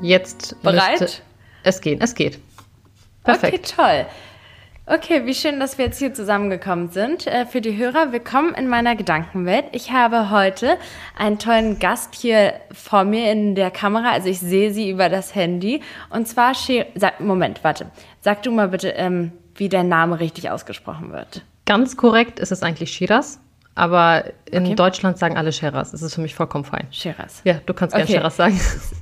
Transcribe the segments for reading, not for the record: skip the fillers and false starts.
Jetzt bereit? Es geht. Perfekt. Okay, toll. Okay, wie schön, dass wir jetzt hier zusammengekommen sind. Für die Hörer, willkommen in meiner Gedankenwelt. Ich habe heute einen tollen Gast hier vor mir in der Kamera. Also ich sehe sie über das Handy. Und zwar, Moment, warte. Sag du mal bitte, wie dein Name richtig ausgesprochen wird. Ganz korrekt ist es eigentlich Shiraz. Aber in Deutschland sagen alle Sheraz. Das ist für mich vollkommen fein. Shiraz. Ja, du kannst gerne Sheraz sagen.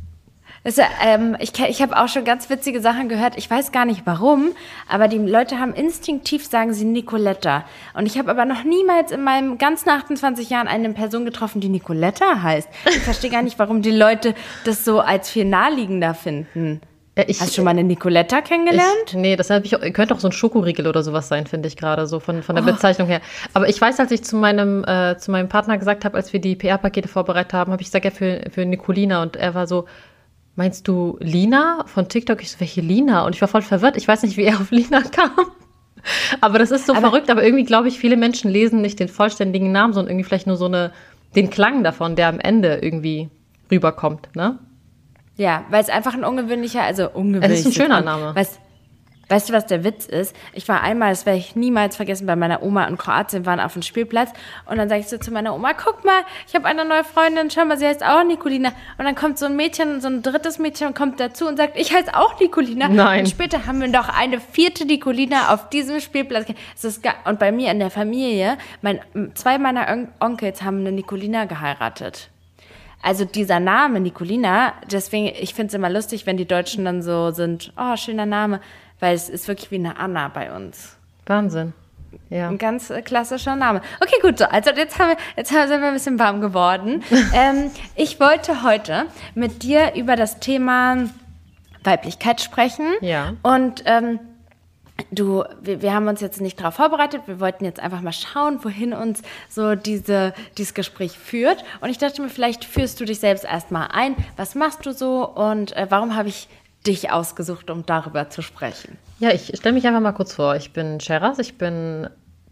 Ich habe auch schon ganz witzige Sachen gehört. Ich weiß gar nicht warum, aber die Leute haben instinktiv, sagen sie Nicoletta. Und ich habe aber noch niemals in meinen ganzen 28 Jahren eine Person getroffen, die Nicoletta heißt. Ich verstehe gar nicht, warum die Leute das so als viel naheliegender finden. Hast du schon mal eine Nicoletta kennengelernt? Nee, das könnte auch so ein Schokoriegel oder sowas sein, finde ich gerade, so von der Bezeichnung her. Aber ich weiß, als ich zu meinem Partner gesagt habe, als wir die PR-Pakete vorbereitet haben, habe ich gesagt, ja, für Nicolina. Und er war so, meinst du Lina von TikTok? Ich so, welche Lina? Und ich war voll verwirrt. Ich weiß nicht, wie er auf Lina kam. Aber das ist so verrückt. Aber irgendwie glaube ich, viele Menschen lesen nicht den vollständigen Namen, sondern irgendwie vielleicht nur den Klang davon, der am Ende irgendwie rüberkommt, ne? Ja, weil es einfach ein ungewöhnlicher. Es ist ein schöner Name. Weißt du, was der Witz ist? Ich war einmal, das werde ich niemals vergessen, bei meiner Oma in Kroatien, waren auf dem Spielplatz und dann sage ich so zu meiner Oma, guck mal, ich habe eine neue Freundin, schau mal, sie heißt auch Nicolina. Und dann kommt so ein Mädchen, so ein drittes Mädchen kommt dazu und sagt, ich heiße auch Nicolina. Nein. Und später haben wir noch eine vierte Nicolina auf diesem Spielplatz. Und bei mir in der Familie, zwei meiner Onkels haben eine Nicolina geheiratet. Also dieser Name Nicolina, deswegen, ich finde es immer lustig, wenn die Deutschen dann so sind, oh, schöner Name, weil es ist wirklich wie eine Anna bei uns. Wahnsinn. Ja. Ein ganz klassischer Name. Okay, gut, so. Also jetzt sind wir ein bisschen warm geworden. Ich wollte heute mit dir über das Thema Weiblichkeit sprechen. Ja. Und wir haben uns jetzt nicht darauf vorbereitet. Wir wollten jetzt einfach mal schauen, wohin uns so dieses Gespräch führt. Und ich dachte mir, vielleicht führst du dich selbst erstmal ein. Was machst du so und warum habe ich dich ausgesucht, um darüber zu sprechen? Ja, ich stelle mich einfach mal kurz vor. Ich bin Sheraz, ich bin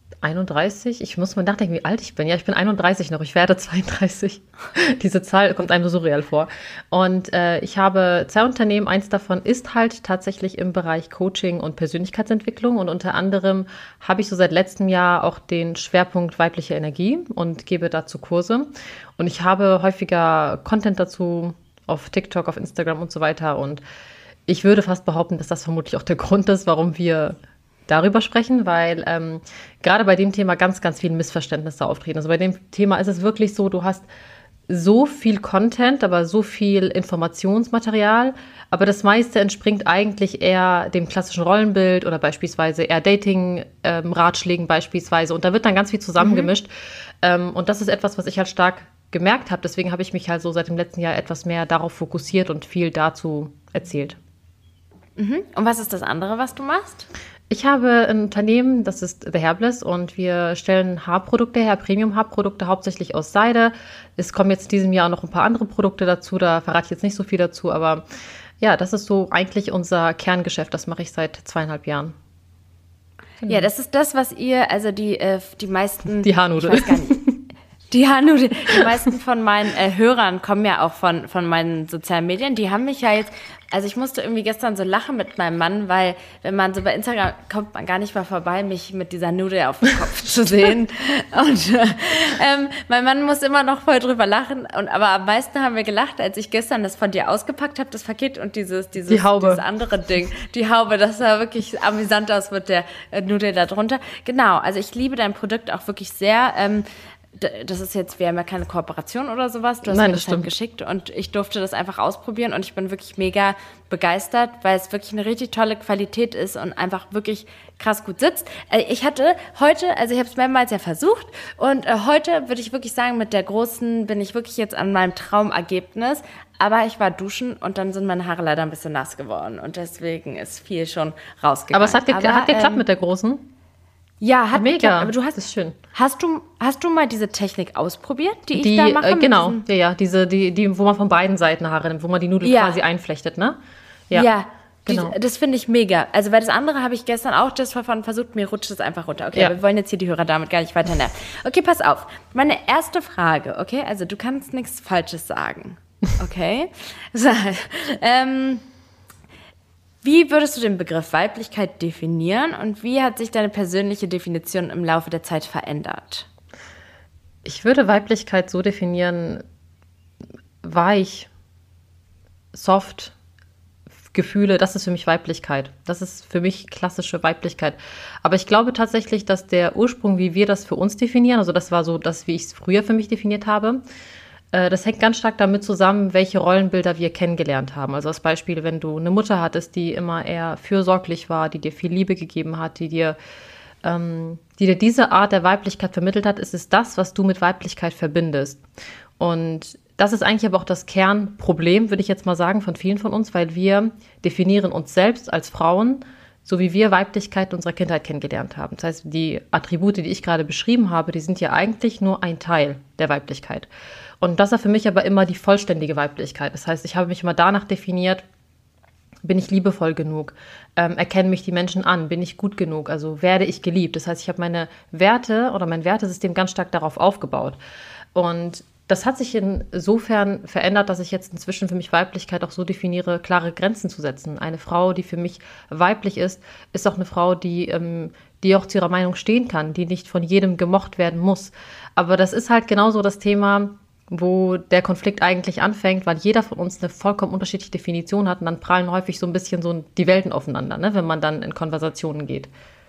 31. Ich muss mal nachdenken, wie alt ich bin. Ja, ich bin 31 noch, ich werde 32. Diese Zahl kommt einem so surreal vor. Und ich habe 2 Unternehmen. Eins davon ist halt tatsächlich im Bereich Coaching und Persönlichkeitsentwicklung. Und unter anderem habe ich so seit letztem Jahr auch den Schwerpunkt weibliche Energie und gebe dazu Kurse. Und ich habe häufiger Content dazu auf TikTok, auf Instagram und so weiter. Und ich würde fast behaupten, dass das vermutlich auch der Grund ist, warum wir darüber sprechen, weil gerade bei dem Thema ganz, ganz viele Missverständnisse auftreten. Also bei dem Thema ist es wirklich so, du hast so viel Content, aber so viel Informationsmaterial, aber das meiste entspringt eigentlich eher dem klassischen Rollenbild oder beispielsweise eher Dating-Ratschlägen beispielsweise und da wird dann ganz viel zusammengemischt und das ist etwas, was ich halt stark gemerkt habe. Deswegen habe ich mich halt so seit dem letzten Jahr etwas mehr darauf fokussiert und viel dazu erzählt. Und was ist das andere, was du machst? Ich habe ein Unternehmen, das ist The Hairbliss und wir stellen Haarprodukte her, Premium-Haarprodukte, hauptsächlich aus Seide. Es kommen jetzt in diesem Jahr noch ein paar andere Produkte dazu, da verrate ich jetzt nicht so viel dazu, aber ja, das ist so eigentlich unser Kerngeschäft, das mache ich seit 2,5 Jahren. Genau. Ja, das ist das, was ihr, also die meisten... Die Haarnudel. Ich weiß gar nicht. Die Haarnudel. Die meisten von meinen Hörern kommen ja auch von meinen sozialen Medien. Die haben mich ja jetzt, also ich musste irgendwie gestern so lachen mit meinem Mann, weil wenn man so bei Instagram kommt man gar nicht mal vorbei, mich mit dieser Nudel auf dem Kopf zu sehen. Und mein Mann muss immer noch voll drüber lachen. Aber am meisten haben wir gelacht, als ich gestern das von dir ausgepackt habe, das Paket und dieses andere Ding. Die Haube, das sah wirklich amüsant aus mit der Nudel da drunter. Genau, also ich liebe dein Produkt auch wirklich sehr. Das ist jetzt, wir haben ja keine Kooperation oder sowas. Du hast mir das halt geschickt und ich durfte das einfach ausprobieren und ich bin wirklich mega begeistert, weil es wirklich eine richtig tolle Qualität ist und einfach wirklich krass gut sitzt. Ich hatte heute, also ich habe es mehrmals ja versucht und heute würde ich wirklich sagen, mit der großen bin ich wirklich jetzt an meinem Traumergebnis. Aber ich war duschen und dann sind meine Haare leider ein bisschen nass geworden und deswegen ist viel schon rausgegangen. Aber es hat geklappt mit der großen? Ja, hat mega. Geklappt, aber das ist schön. Hast du mal diese Technik ausprobiert, die ich da mache? Genau, die, wo man von beiden Seiten Haare nimmt, wo man die Nudel quasi einflechtet, ne? Ja, genau. Das finde ich mega. Also, weil das andere habe ich gestern auch just verfahren versucht, mir rutscht es einfach runter. Okay, wir wollen jetzt hier die Hörer damit gar nicht weiter nerven. Okay, pass auf. Meine erste Frage, okay? Also, du kannst nichts Falsches sagen. Okay. So, wie würdest du den Begriff Weiblichkeit definieren und wie hat sich deine persönliche Definition im Laufe der Zeit verändert? Ich würde Weiblichkeit so definieren, weich, soft, Gefühle, das ist für mich Weiblichkeit. Das ist für mich klassische Weiblichkeit. Aber ich glaube tatsächlich, dass der Ursprung, wie wir das für uns definieren, also das war so das, wie ich es früher für mich definiert habe, das hängt ganz stark damit zusammen, welche Rollenbilder wir kennengelernt haben. Also als Beispiel, wenn du eine Mutter hattest, die immer eher fürsorglich war, die dir viel Liebe gegeben hat, die dir diese Art der Weiblichkeit vermittelt hat, ist es das, was du mit Weiblichkeit verbindest. Und das ist eigentlich aber auch das Kernproblem, würde ich jetzt mal sagen, von vielen von uns, weil wir definieren uns selbst als Frauen, so wie wir Weiblichkeit in unserer Kindheit kennengelernt haben. Das heißt, die Attribute, die ich gerade beschrieben habe, die sind ja eigentlich nur ein Teil der Weiblichkeit. Und das war für mich aber immer die vollständige Weiblichkeit. Das heißt, ich habe mich immer danach definiert, bin ich liebevoll genug? Erkennen mich die Menschen an? Bin ich gut genug? Also werde ich geliebt? Das heißt, ich habe meine Werte oder mein Wertesystem ganz stark darauf aufgebaut. Und das hat sich insofern verändert, dass ich jetzt inzwischen für mich Weiblichkeit auch so definiere, klare Grenzen zu setzen. Eine Frau, die für mich weiblich ist auch eine Frau, die auch zu ihrer Meinung stehen kann, die nicht von jedem gemocht werden muss. Aber das ist halt genauso das Thema, wo der Konflikt eigentlich anfängt, weil jeder von uns eine vollkommen unterschiedliche Definition hat und dann prallen häufig so ein bisschen so die Welten aufeinander, ne, wenn man dann in Konversationen geht.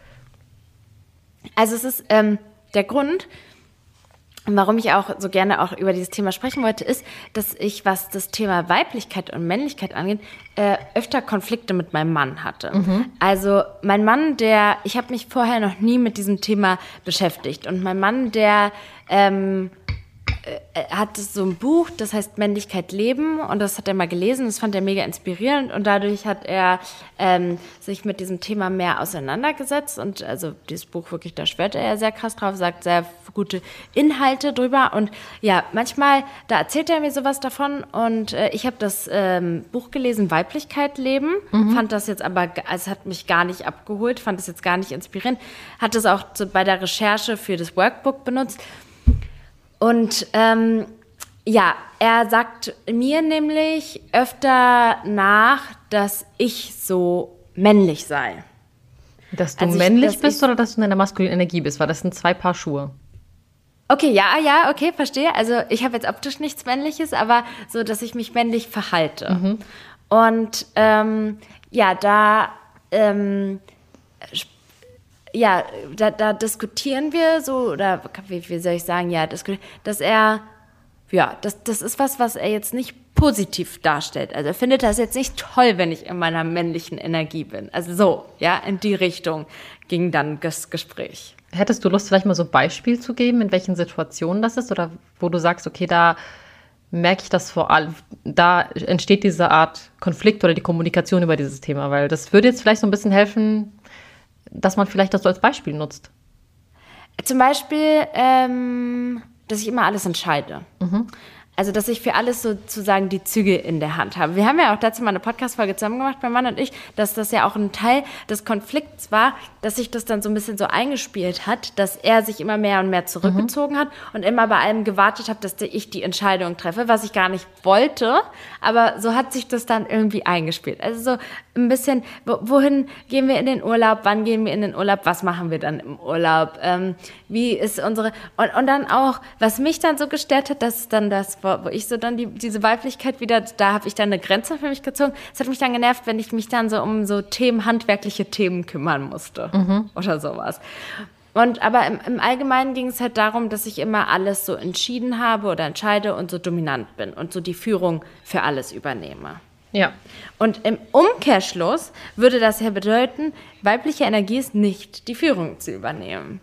Also es ist der Grund, warum ich auch so gerne auch über dieses Thema sprechen wollte, ist, dass ich, was das Thema Weiblichkeit und Männlichkeit angeht, öfter Konflikte mit meinem Mann hatte. Also mein Mann, ich habe mich vorher noch nie mit diesem Thema beschäftigt und mein Mann, der hat so ein Buch, das heißt Männlichkeit leben und das hat er mal gelesen, das fand er mega inspirierend und dadurch hat er sich mit diesem Thema mehr auseinandergesetzt und also dieses Buch wirklich, da schwört er ja sehr krass drauf, sagt sehr gute Inhalte drüber und ja, manchmal, da erzählt er mir sowas davon und ich habe das Buch gelesen, Weiblichkeit leben, fand das jetzt aber, also hat mich gar nicht abgeholt, fand das jetzt gar nicht inspirierend, hat das auch bei der Recherche für das Workbook benutzt. Und ja, er sagt mir nämlich öfter nach, dass ich so männlich sei. Dass du männlich bist oder dass du in deiner maskulinen Energie bist? Weil das sind zwei Paar Schuhe. Okay, ja, okay, verstehe. Also ich habe jetzt optisch nichts Männliches, aber so, dass ich mich männlich verhalte. Und ja, da diskutieren wir so, oder wie soll ich sagen, ja, dass er, ja, das ist was er jetzt nicht positiv darstellt. Also er findet das jetzt nicht toll, wenn ich in meiner männlichen Energie bin. Also so, ja, in die Richtung ging dann das Gespräch. Hättest du Lust, vielleicht mal so ein Beispiel zu geben, in welchen Situationen das ist? Oder wo du sagst, okay, da merke ich das vor allem, da entsteht diese Art Konflikt oder die Kommunikation über dieses Thema. Weil das würde jetzt vielleicht so ein bisschen helfen, dass man vielleicht das so als Beispiel nutzt. Zum Beispiel, dass ich immer alles entscheide. Also, dass ich für alles sozusagen die Züge in der Hand habe. Wir haben ja auch dazu mal eine Podcast-Folge zusammen gemacht, mein Mann und ich, dass das ja auch ein Teil des Konflikts war, dass sich das dann so ein bisschen so eingespielt hat, dass er sich immer mehr und mehr zurückgezogen hat und immer bei allem gewartet hat, dass ich die Entscheidung treffe, was ich gar nicht wollte, aber so hat sich das dann irgendwie eingespielt. Also so ein bisschen, wohin gehen wir in den Urlaub, wann gehen wir in den Urlaub, was machen wir dann im Urlaub, wie ist unsere, und dann auch, was mich dann so gestört hat, das ist dann das, wo ich so dann diese Weiblichkeit wieder, da habe ich dann eine Grenze für mich gezogen. Es hat mich dann genervt, wenn ich mich dann so um so Themen, handwerkliche Themen kümmern musste oder sowas. Aber im Allgemeinen ging es halt darum, dass ich immer alles so entschieden habe oder entscheide und so dominant bin und so die Führung für alles übernehme. Ja. Und im Umkehrschluss würde das ja bedeuten, weibliche Energie ist nicht, die Führung zu übernehmen.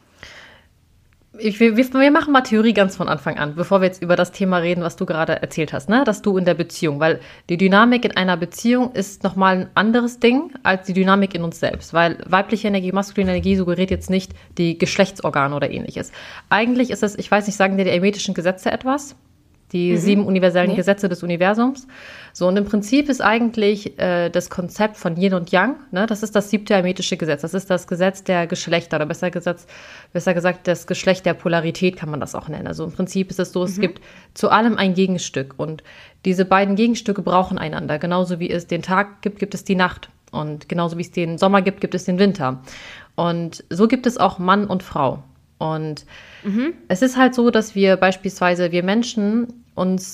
Wir machen mal Theorie ganz von Anfang an, bevor wir jetzt über das Thema reden, was du gerade erzählt hast, ne? Dass du in der Beziehung, weil die Dynamik in einer Beziehung ist nochmal ein anderes Ding als die Dynamik in uns selbst, weil weibliche Energie, maskuline Energie suggeriert jetzt nicht die Geschlechtsorgane oder ähnliches. Eigentlich ist es, ich weiß nicht, sagen dir die hermetischen Gesetze etwas? Die 7 universellen Gesetze des Universums. So, und im Prinzip ist eigentlich das Konzept von Yin und Yang, ne, das ist das 7. hermetische Gesetz. Das ist das Gesetz der Geschlechter, oder besser gesagt, das Geschlecht der Polarität kann man das auch nennen. Also im Prinzip ist es so, es gibt zu allem ein Gegenstück. Und diese beiden Gegenstücke brauchen einander. Genauso wie es den Tag gibt, gibt es die Nacht. Und genauso wie es den Sommer gibt, gibt es den Winter. Und so gibt es auch Mann und Frau. Und es ist halt so, dass wir beispielsweise, wir Menschen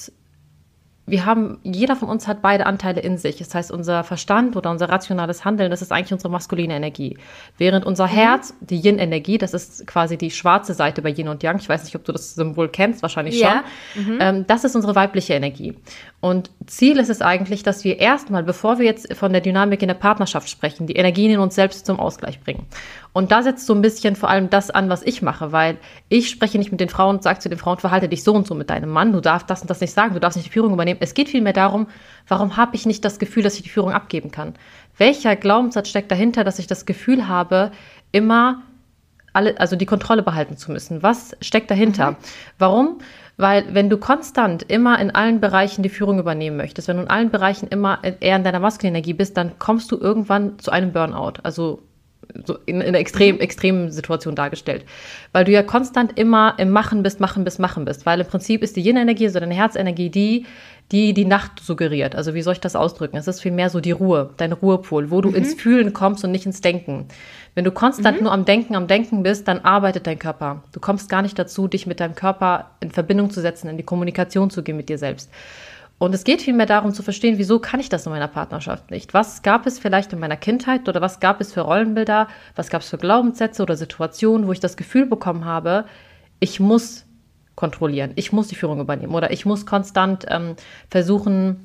jeder von uns hat beide Anteile in sich. Das heißt, unser Verstand oder unser rationales Handeln, das ist eigentlich unsere maskuline Energie. Während unser Herz, die Yin-Energie, das ist quasi die schwarze Seite bei Yin und Yang. Ich weiß nicht, ob du das Symbol kennst, wahrscheinlich schon. Das ist unsere weibliche Energie. Und Ziel ist es eigentlich, dass wir erstmal, bevor wir jetzt von der Dynamik in der Partnerschaft sprechen, die Energien in uns selbst zum Ausgleich bringen. Und da setzt so ein bisschen vor allem das an, was ich mache, weil ich spreche nicht mit den Frauen und sage zu den Frauen, verhalte dich so und so mit deinem Mann, du darfst das und das nicht sagen, du darfst nicht die Führung übernehmen. Es geht vielmehr darum, warum habe ich nicht das Gefühl, dass ich die Führung abgeben kann? Welcher Glaubenssatz steckt dahinter, dass ich das Gefühl habe, immer die Kontrolle behalten zu müssen? Was steckt dahinter? Warum? Weil wenn du konstant immer in allen Bereichen die Führung übernehmen möchtest, wenn du in allen Bereichen immer eher in deiner maskulinen Energie bist, dann kommst du irgendwann zu einem Burnout. Also so in einer extremen Situation dargestellt. Weil du ja konstant immer im Machen bist. Weil im Prinzip ist die Yin-Energie, also deine Herzenergie, die Nacht suggeriert. Also wie soll ich das ausdrücken? Es ist vielmehr so die Ruhe, dein Ruhepol, wo du ins Fühlen kommst und nicht ins Denken. Wenn du konstant nur am Denken bist, dann arbeitet dein Körper. Du kommst gar nicht dazu, dich mit deinem Körper in Verbindung zu setzen, in die Kommunikation zu gehen mit dir selbst. Und es geht vielmehr darum zu verstehen, wieso kann ich das in meiner Partnerschaft nicht? Was gab es vielleicht in meiner Kindheit oder was gab es für Rollenbilder, was gab es für Glaubenssätze oder Situationen, wo ich das Gefühl bekommen habe, ich muss kontrollieren, ich muss die Führung übernehmen oder ich muss konstant versuchen,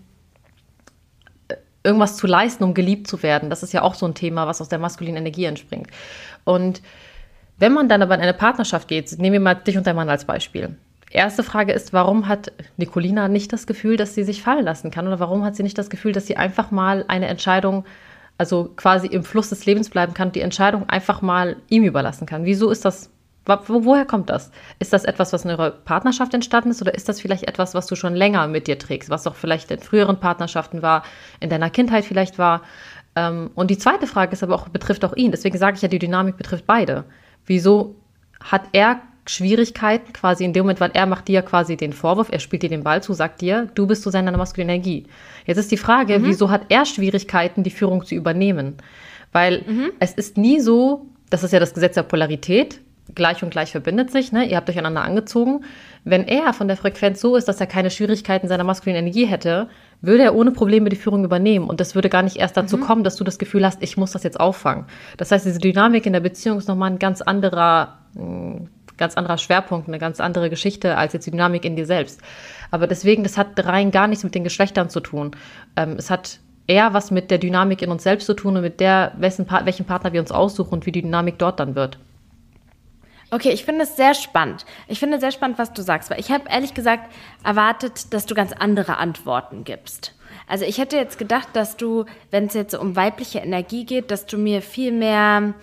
irgendwas zu leisten, um geliebt zu werden. Das ist ja auch so ein Thema, was aus der maskulinen Energie entspringt. Und wenn man dann aber in eine Partnerschaft geht, nehmen wir mal dich und dein Mann als Beispiel. Erste Frage ist, warum hat Nicolina nicht das Gefühl, dass sie sich fallen lassen kann? Oder warum hat sie nicht das Gefühl, dass sie einfach mal eine Entscheidung, also quasi im Fluss des Lebens bleiben kann, die Entscheidung einfach mal ihm überlassen kann? Wieso ist das, woher kommt das? Ist das etwas, was in eurer Partnerschaft entstanden ist? Oder ist das vielleicht etwas, was du schon länger mit dir trägst, was auch vielleicht in früheren Partnerschaften war, in deiner Kindheit vielleicht war? Und die zweite Frage ist aber auch, betrifft auch ihn. Deswegen sage ich ja, die Dynamik betrifft beide. Wieso hat er Schwierigkeiten quasi in dem Moment, weil er macht dir quasi den Vorwurf, er spielt dir den Ball zu, sagt dir, du bist so seine maskuline Energie. Jetzt ist die Frage, wieso hat er Schwierigkeiten, die Führung zu übernehmen? Weil es ist nie so, das ist ja das Gesetz der Polarität, gleich und gleich verbindet sich, ne? Ihr habt euch einander angezogen. Wenn er von der Frequenz so ist, dass er keine Schwierigkeiten seiner maskulinen Energie hätte, würde er ohne Probleme die Führung übernehmen. Und das würde gar nicht erst dazu kommen, dass du das Gefühl hast, ich muss das jetzt auffangen. Das heißt, diese Dynamik in der Beziehung ist nochmal ein ganz anderer Schwerpunkt, eine ganz andere Geschichte als jetzt die Dynamik in dir selbst. Aber deswegen, das hat rein gar nichts mit den Geschlechtern zu tun. Es hat eher was mit der Dynamik in uns selbst zu tun und mit welchen Partner wir uns aussuchen und wie die Dynamik dort dann wird. Okay, ich finde es sehr spannend. Ich finde sehr spannend, was du sagst, weil ich habe ehrlich gesagt erwartet, dass du ganz andere Antworten gibst. Also ich hätte jetzt gedacht, dass du, wenn es jetzt um weibliche Energie geht, dass du mir viel mehr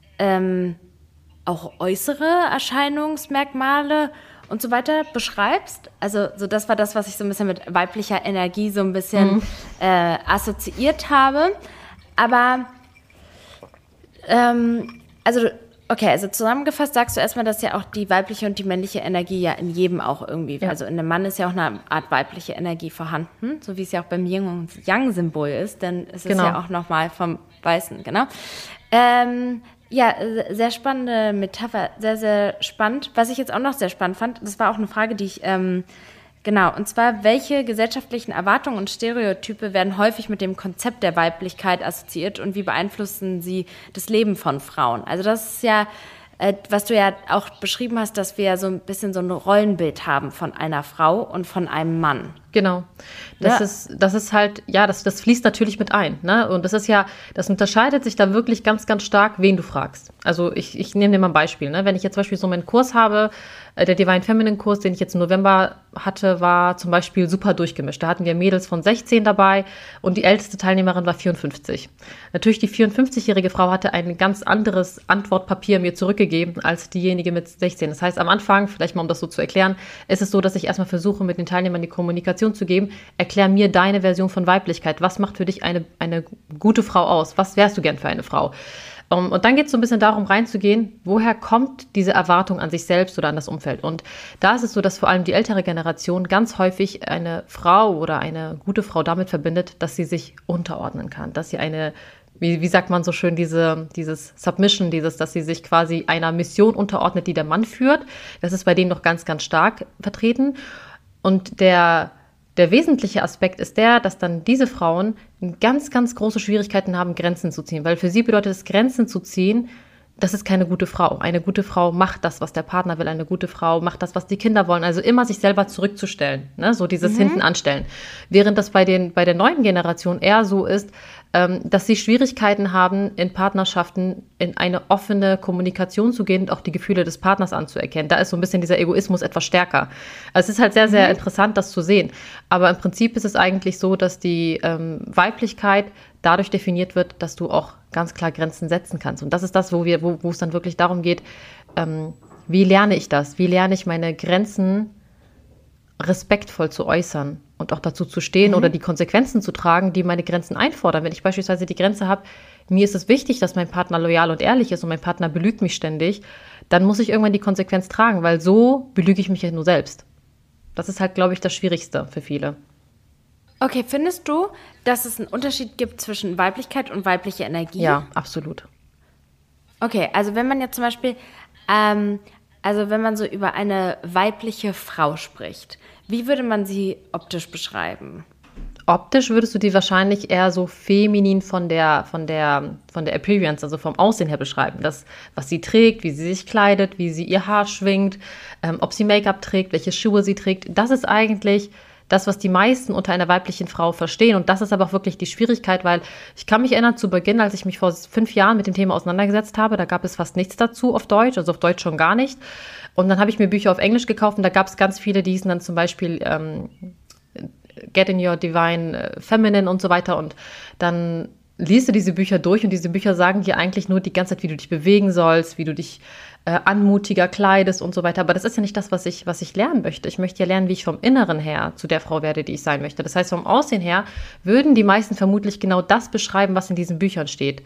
auch äußere Erscheinungsmerkmale und so weiter beschreibst. Also so das war das, was ich so ein bisschen mit weiblicher Energie so ein bisschen assoziiert habe. Aber also zusammengefasst sagst du erstmal, dass ja auch die weibliche und die männliche Energie ja in jedem auch irgendwie, also in dem Mann ist ja auch eine Art weibliche Energie vorhanden, so wie es ja auch beim Yin und Yang-Symbol ist, denn es ist ja auch nochmal vom Weißen, genau. Ja, sehr spannende Metapher, sehr, sehr spannend. Was ich jetzt auch noch sehr spannend fand, das war auch eine Frage, die ich, und zwar, welche gesellschaftlichen Erwartungen und Stereotype werden häufig mit dem Konzept der Weiblichkeit assoziiert und wie beeinflussen sie das Leben von Frauen? Also das ist ja, was du ja auch beschrieben hast, dass wir ja so ein bisschen so ein Rollenbild haben von einer Frau und von einem Mann. Genau. Das ist halt, ja, das fließt natürlich mit ein, ne? Und das unterscheidet sich da wirklich ganz, ganz stark, wen du fragst. Also ich nehme dir mal ein Beispiel, ne? Wenn ich jetzt zum Beispiel so meinen Kurs habe, Der Divine Feminine Kurs, den ich jetzt im November hatte, war zum Beispiel super durchgemischt. Da hatten wir Mädels von 16 dabei und die älteste Teilnehmerin war 54. Natürlich, die 54-jährige Frau hatte ein ganz anderes Antwortpapier mir zurückgegeben als diejenige mit 16. Das heißt, am Anfang, vielleicht mal um das so zu erklären, ist es so, dass ich erstmal versuche, mit den Teilnehmern die Kommunikation zu geben. Erklär mir deine Version von Weiblichkeit. Was macht für dich eine gute Frau aus? Was wärst du gern für eine Frau? Und dann geht es so ein bisschen darum, reinzugehen, woher kommt diese Erwartung an sich selbst oder an das Umfeld. Und da ist es so, dass vor allem die ältere Generation ganz häufig eine Frau oder eine gute Frau damit verbindet, dass sie sich unterordnen kann, dass sie wie sagt man so schön, dieses Submission, dass sie sich quasi einer Mission unterordnet, die der Mann führt. Das ist bei denen noch ganz, ganz stark vertreten. Und der wesentliche Aspekt ist dass dann diese Frauen ganz, ganz große Schwierigkeiten haben, Grenzen zu ziehen. Weil für sie bedeutet es, Grenzen zu ziehen, das ist keine gute Frau. Eine gute Frau macht das, was der Partner will. Eine gute Frau macht das, was die Kinder wollen. Also immer sich selber zurückzustellen, ne? So dieses Hinten anstellen. Während das bei der neuen Generation eher so ist, dass sie Schwierigkeiten haben, in Partnerschaften in eine offene Kommunikation zu gehen und auch die Gefühle des Partners anzuerkennen. Da ist so ein bisschen dieser Egoismus etwas stärker. Also es ist halt sehr, sehr interessant, das zu sehen. Aber im Prinzip ist es eigentlich so, dass die Weiblichkeit dadurch definiert wird, dass du auch ganz klar Grenzen setzen kannst. Und das ist das, wo es dann wirklich darum geht, wie lerne ich das? Wie lerne ich meine Grenzen respektvoll zu äußern und auch dazu zu stehen oder die Konsequenzen zu tragen, die meine Grenzen einfordern. Wenn ich beispielsweise die Grenze habe, mir ist es wichtig, dass mein Partner loyal und ehrlich ist und mein Partner belügt mich ständig, dann muss ich irgendwann die Konsequenz tragen, weil so belüge ich mich ja nur selbst. Das ist halt, glaube ich, das Schwierigste für viele. Okay, findest du, dass es einen Unterschied gibt zwischen Weiblichkeit und weiblicher Energie? Ja, absolut. Okay, also wenn man jetzt zum Beispiel, wenn man so über eine weibliche Frau spricht, wie würde man sie optisch beschreiben? Optisch würdest du die wahrscheinlich eher so feminin von der Appearance, also vom Aussehen her beschreiben. Das, was sie trägt, wie sie sich kleidet, wie sie ihr Haar schwingt, ob sie Make-up trägt, welche Schuhe sie trägt. Das ist eigentlich das, was die meisten unter einer weiblichen Frau verstehen. Und das ist aber auch wirklich die Schwierigkeit, weil ich kann mich erinnern, zu Beginn, als ich mich vor 5 Jahren mit dem Thema auseinandergesetzt habe, da gab es fast nichts dazu auf Deutsch, also auf Deutsch schon gar nicht. Und dann habe ich mir Bücher auf Englisch gekauft und da gab es ganz viele, die hießen dann zum Beispiel Get in Your Divine Feminine und so weiter. Und dann liest du diese Bücher durch und diese Bücher sagen dir eigentlich nur die ganze Zeit, wie du dich bewegen sollst, wie du dich anmutiger kleidest und so weiter. Aber das ist ja nicht das, was ich lernen möchte. Ich möchte ja lernen, wie ich vom Inneren her zu der Frau werde, die ich sein möchte. Das heißt, vom Aussehen her würden die meisten vermutlich genau das beschreiben, was in diesen Büchern steht.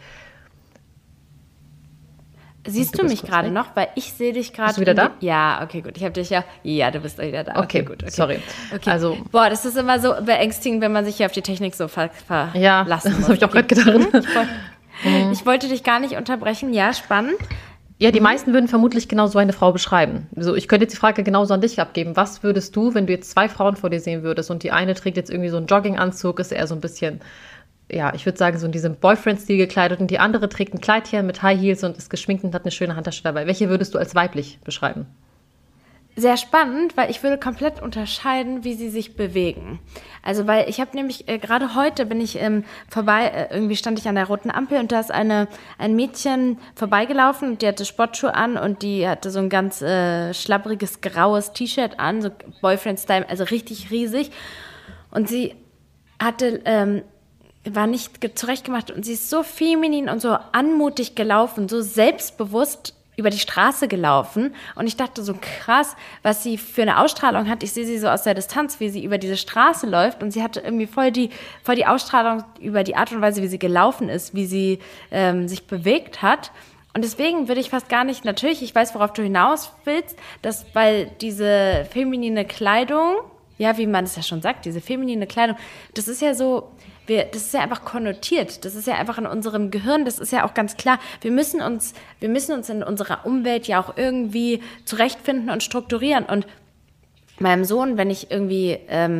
Siehst du mich gerade noch? Weil ich sehe dich gerade. Bist du wieder da? Ja, okay, gut. Ich habe dich ja. Ja, du bist wieder da. Okay, gut. Okay. Sorry. Okay. Also, boah, das ist immer so beängstigend, wenn man sich hier auf die Technik so verlassen ja, muss. Das habe ich auch gerade gedacht. Ich wollte dich gar nicht unterbrechen. Ja, spannend. Ja, die meisten würden vermutlich genau so eine Frau beschreiben. Also ich könnte jetzt die Frage genauso an dich abgeben. Was würdest du, wenn du jetzt 2 Frauen vor dir sehen würdest und die eine trägt jetzt irgendwie so einen Jogginganzug, ist eher so ein bisschen, ja, ich würde sagen, so in diesem Boyfriend-Stil gekleidet und die andere trägt ein Kleidchen mit High Heels und ist geschminkt und hat eine schöne Handtasche dabei. Welche würdest du als weiblich beschreiben? Sehr spannend, weil ich würde komplett unterscheiden, wie sie sich bewegen. Also, weil ich habe nämlich, gerade heute bin ich irgendwie stand ich an der roten Ampel und da ist ein Mädchen vorbeigelaufen und die hatte Sportschuhe an und die hatte so ein ganz schlabbriges graues T-Shirt an, so Boyfriend-Style, also richtig riesig. Und sie hatte, war nicht zurechtgemacht und sie ist so feminin und so anmutig gelaufen, so selbstbewusst über die Straße gelaufen und ich dachte so krass, was sie für eine Ausstrahlung hat. Ich sehe sie so aus der Distanz, wie sie über diese Straße läuft und sie hatte irgendwie voll die Ausstrahlung über die Art und Weise, wie sie gelaufen ist, wie sie sich bewegt hat. Und deswegen würde ich fast gar nicht, natürlich, ich weiß, worauf du hinaus willst, weil diese feminine Kleidung, ja, wie man es ja schon sagt, diese feminine Kleidung, das ist ja so, das ist ja einfach konnotiert, das ist ja einfach in unserem Gehirn, das ist ja auch ganz klar, wir müssen uns in unserer Umwelt ja auch irgendwie zurechtfinden und strukturieren. Und meinem Sohn, wenn ich irgendwie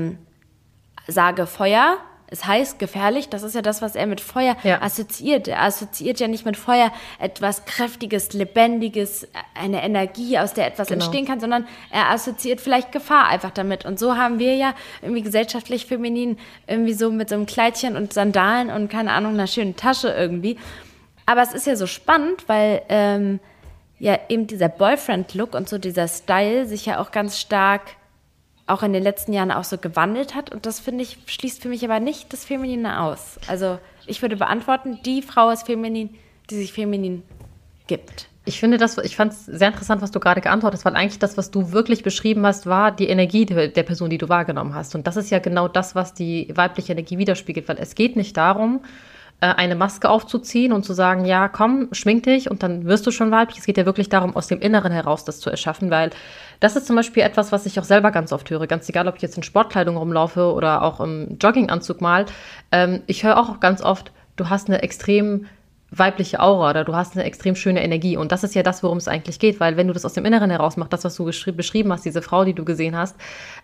sage Feuer, es heißt gefährlich, das ist ja das, was er mit Feuer assoziiert. Er assoziiert ja nicht mit Feuer etwas Kräftiges, Lebendiges, eine Energie, aus der etwas entstehen kann, sondern er assoziiert vielleicht Gefahr einfach damit. Und so haben wir ja irgendwie gesellschaftlich feminin irgendwie so mit so einem Kleidchen und Sandalen und keine Ahnung, einer schönen Tasche irgendwie. Aber es ist ja so spannend, weil ja eben dieser Boyfriend-Look und so dieser Style sich ja auch ganz stark auch in den letzten Jahren auch so gewandelt hat. Und das, finde ich, schließt für mich aber nicht das Feminine aus. Also ich würde beantworten, die Frau ist feminin, die sich feminin gibt. Ich fand es sehr interessant, was du gerade geantwortet hast, weil eigentlich das, was du wirklich beschrieben hast, war die Energie der Person, die du wahrgenommen hast. Und das ist ja genau das, was die weibliche Energie widerspiegelt, weil es geht nicht darum, eine Maske aufzuziehen und zu sagen, ja, komm, schmink dich und dann wirst du schon weiblich. Es geht ja wirklich darum, aus dem Inneren heraus das zu erschaffen, weil das ist zum Beispiel etwas, was ich auch selber ganz oft höre, ganz egal, ob ich jetzt in Sportkleidung rumlaufe oder auch im Jogginganzug mal. Ich höre auch ganz oft, du hast eine extrem weibliche Aura oder du hast eine extrem schöne Energie. Und das ist ja das, worum es eigentlich geht, weil wenn du das aus dem Inneren heraus machst, das, was du beschrieben hast, diese Frau, die du gesehen hast,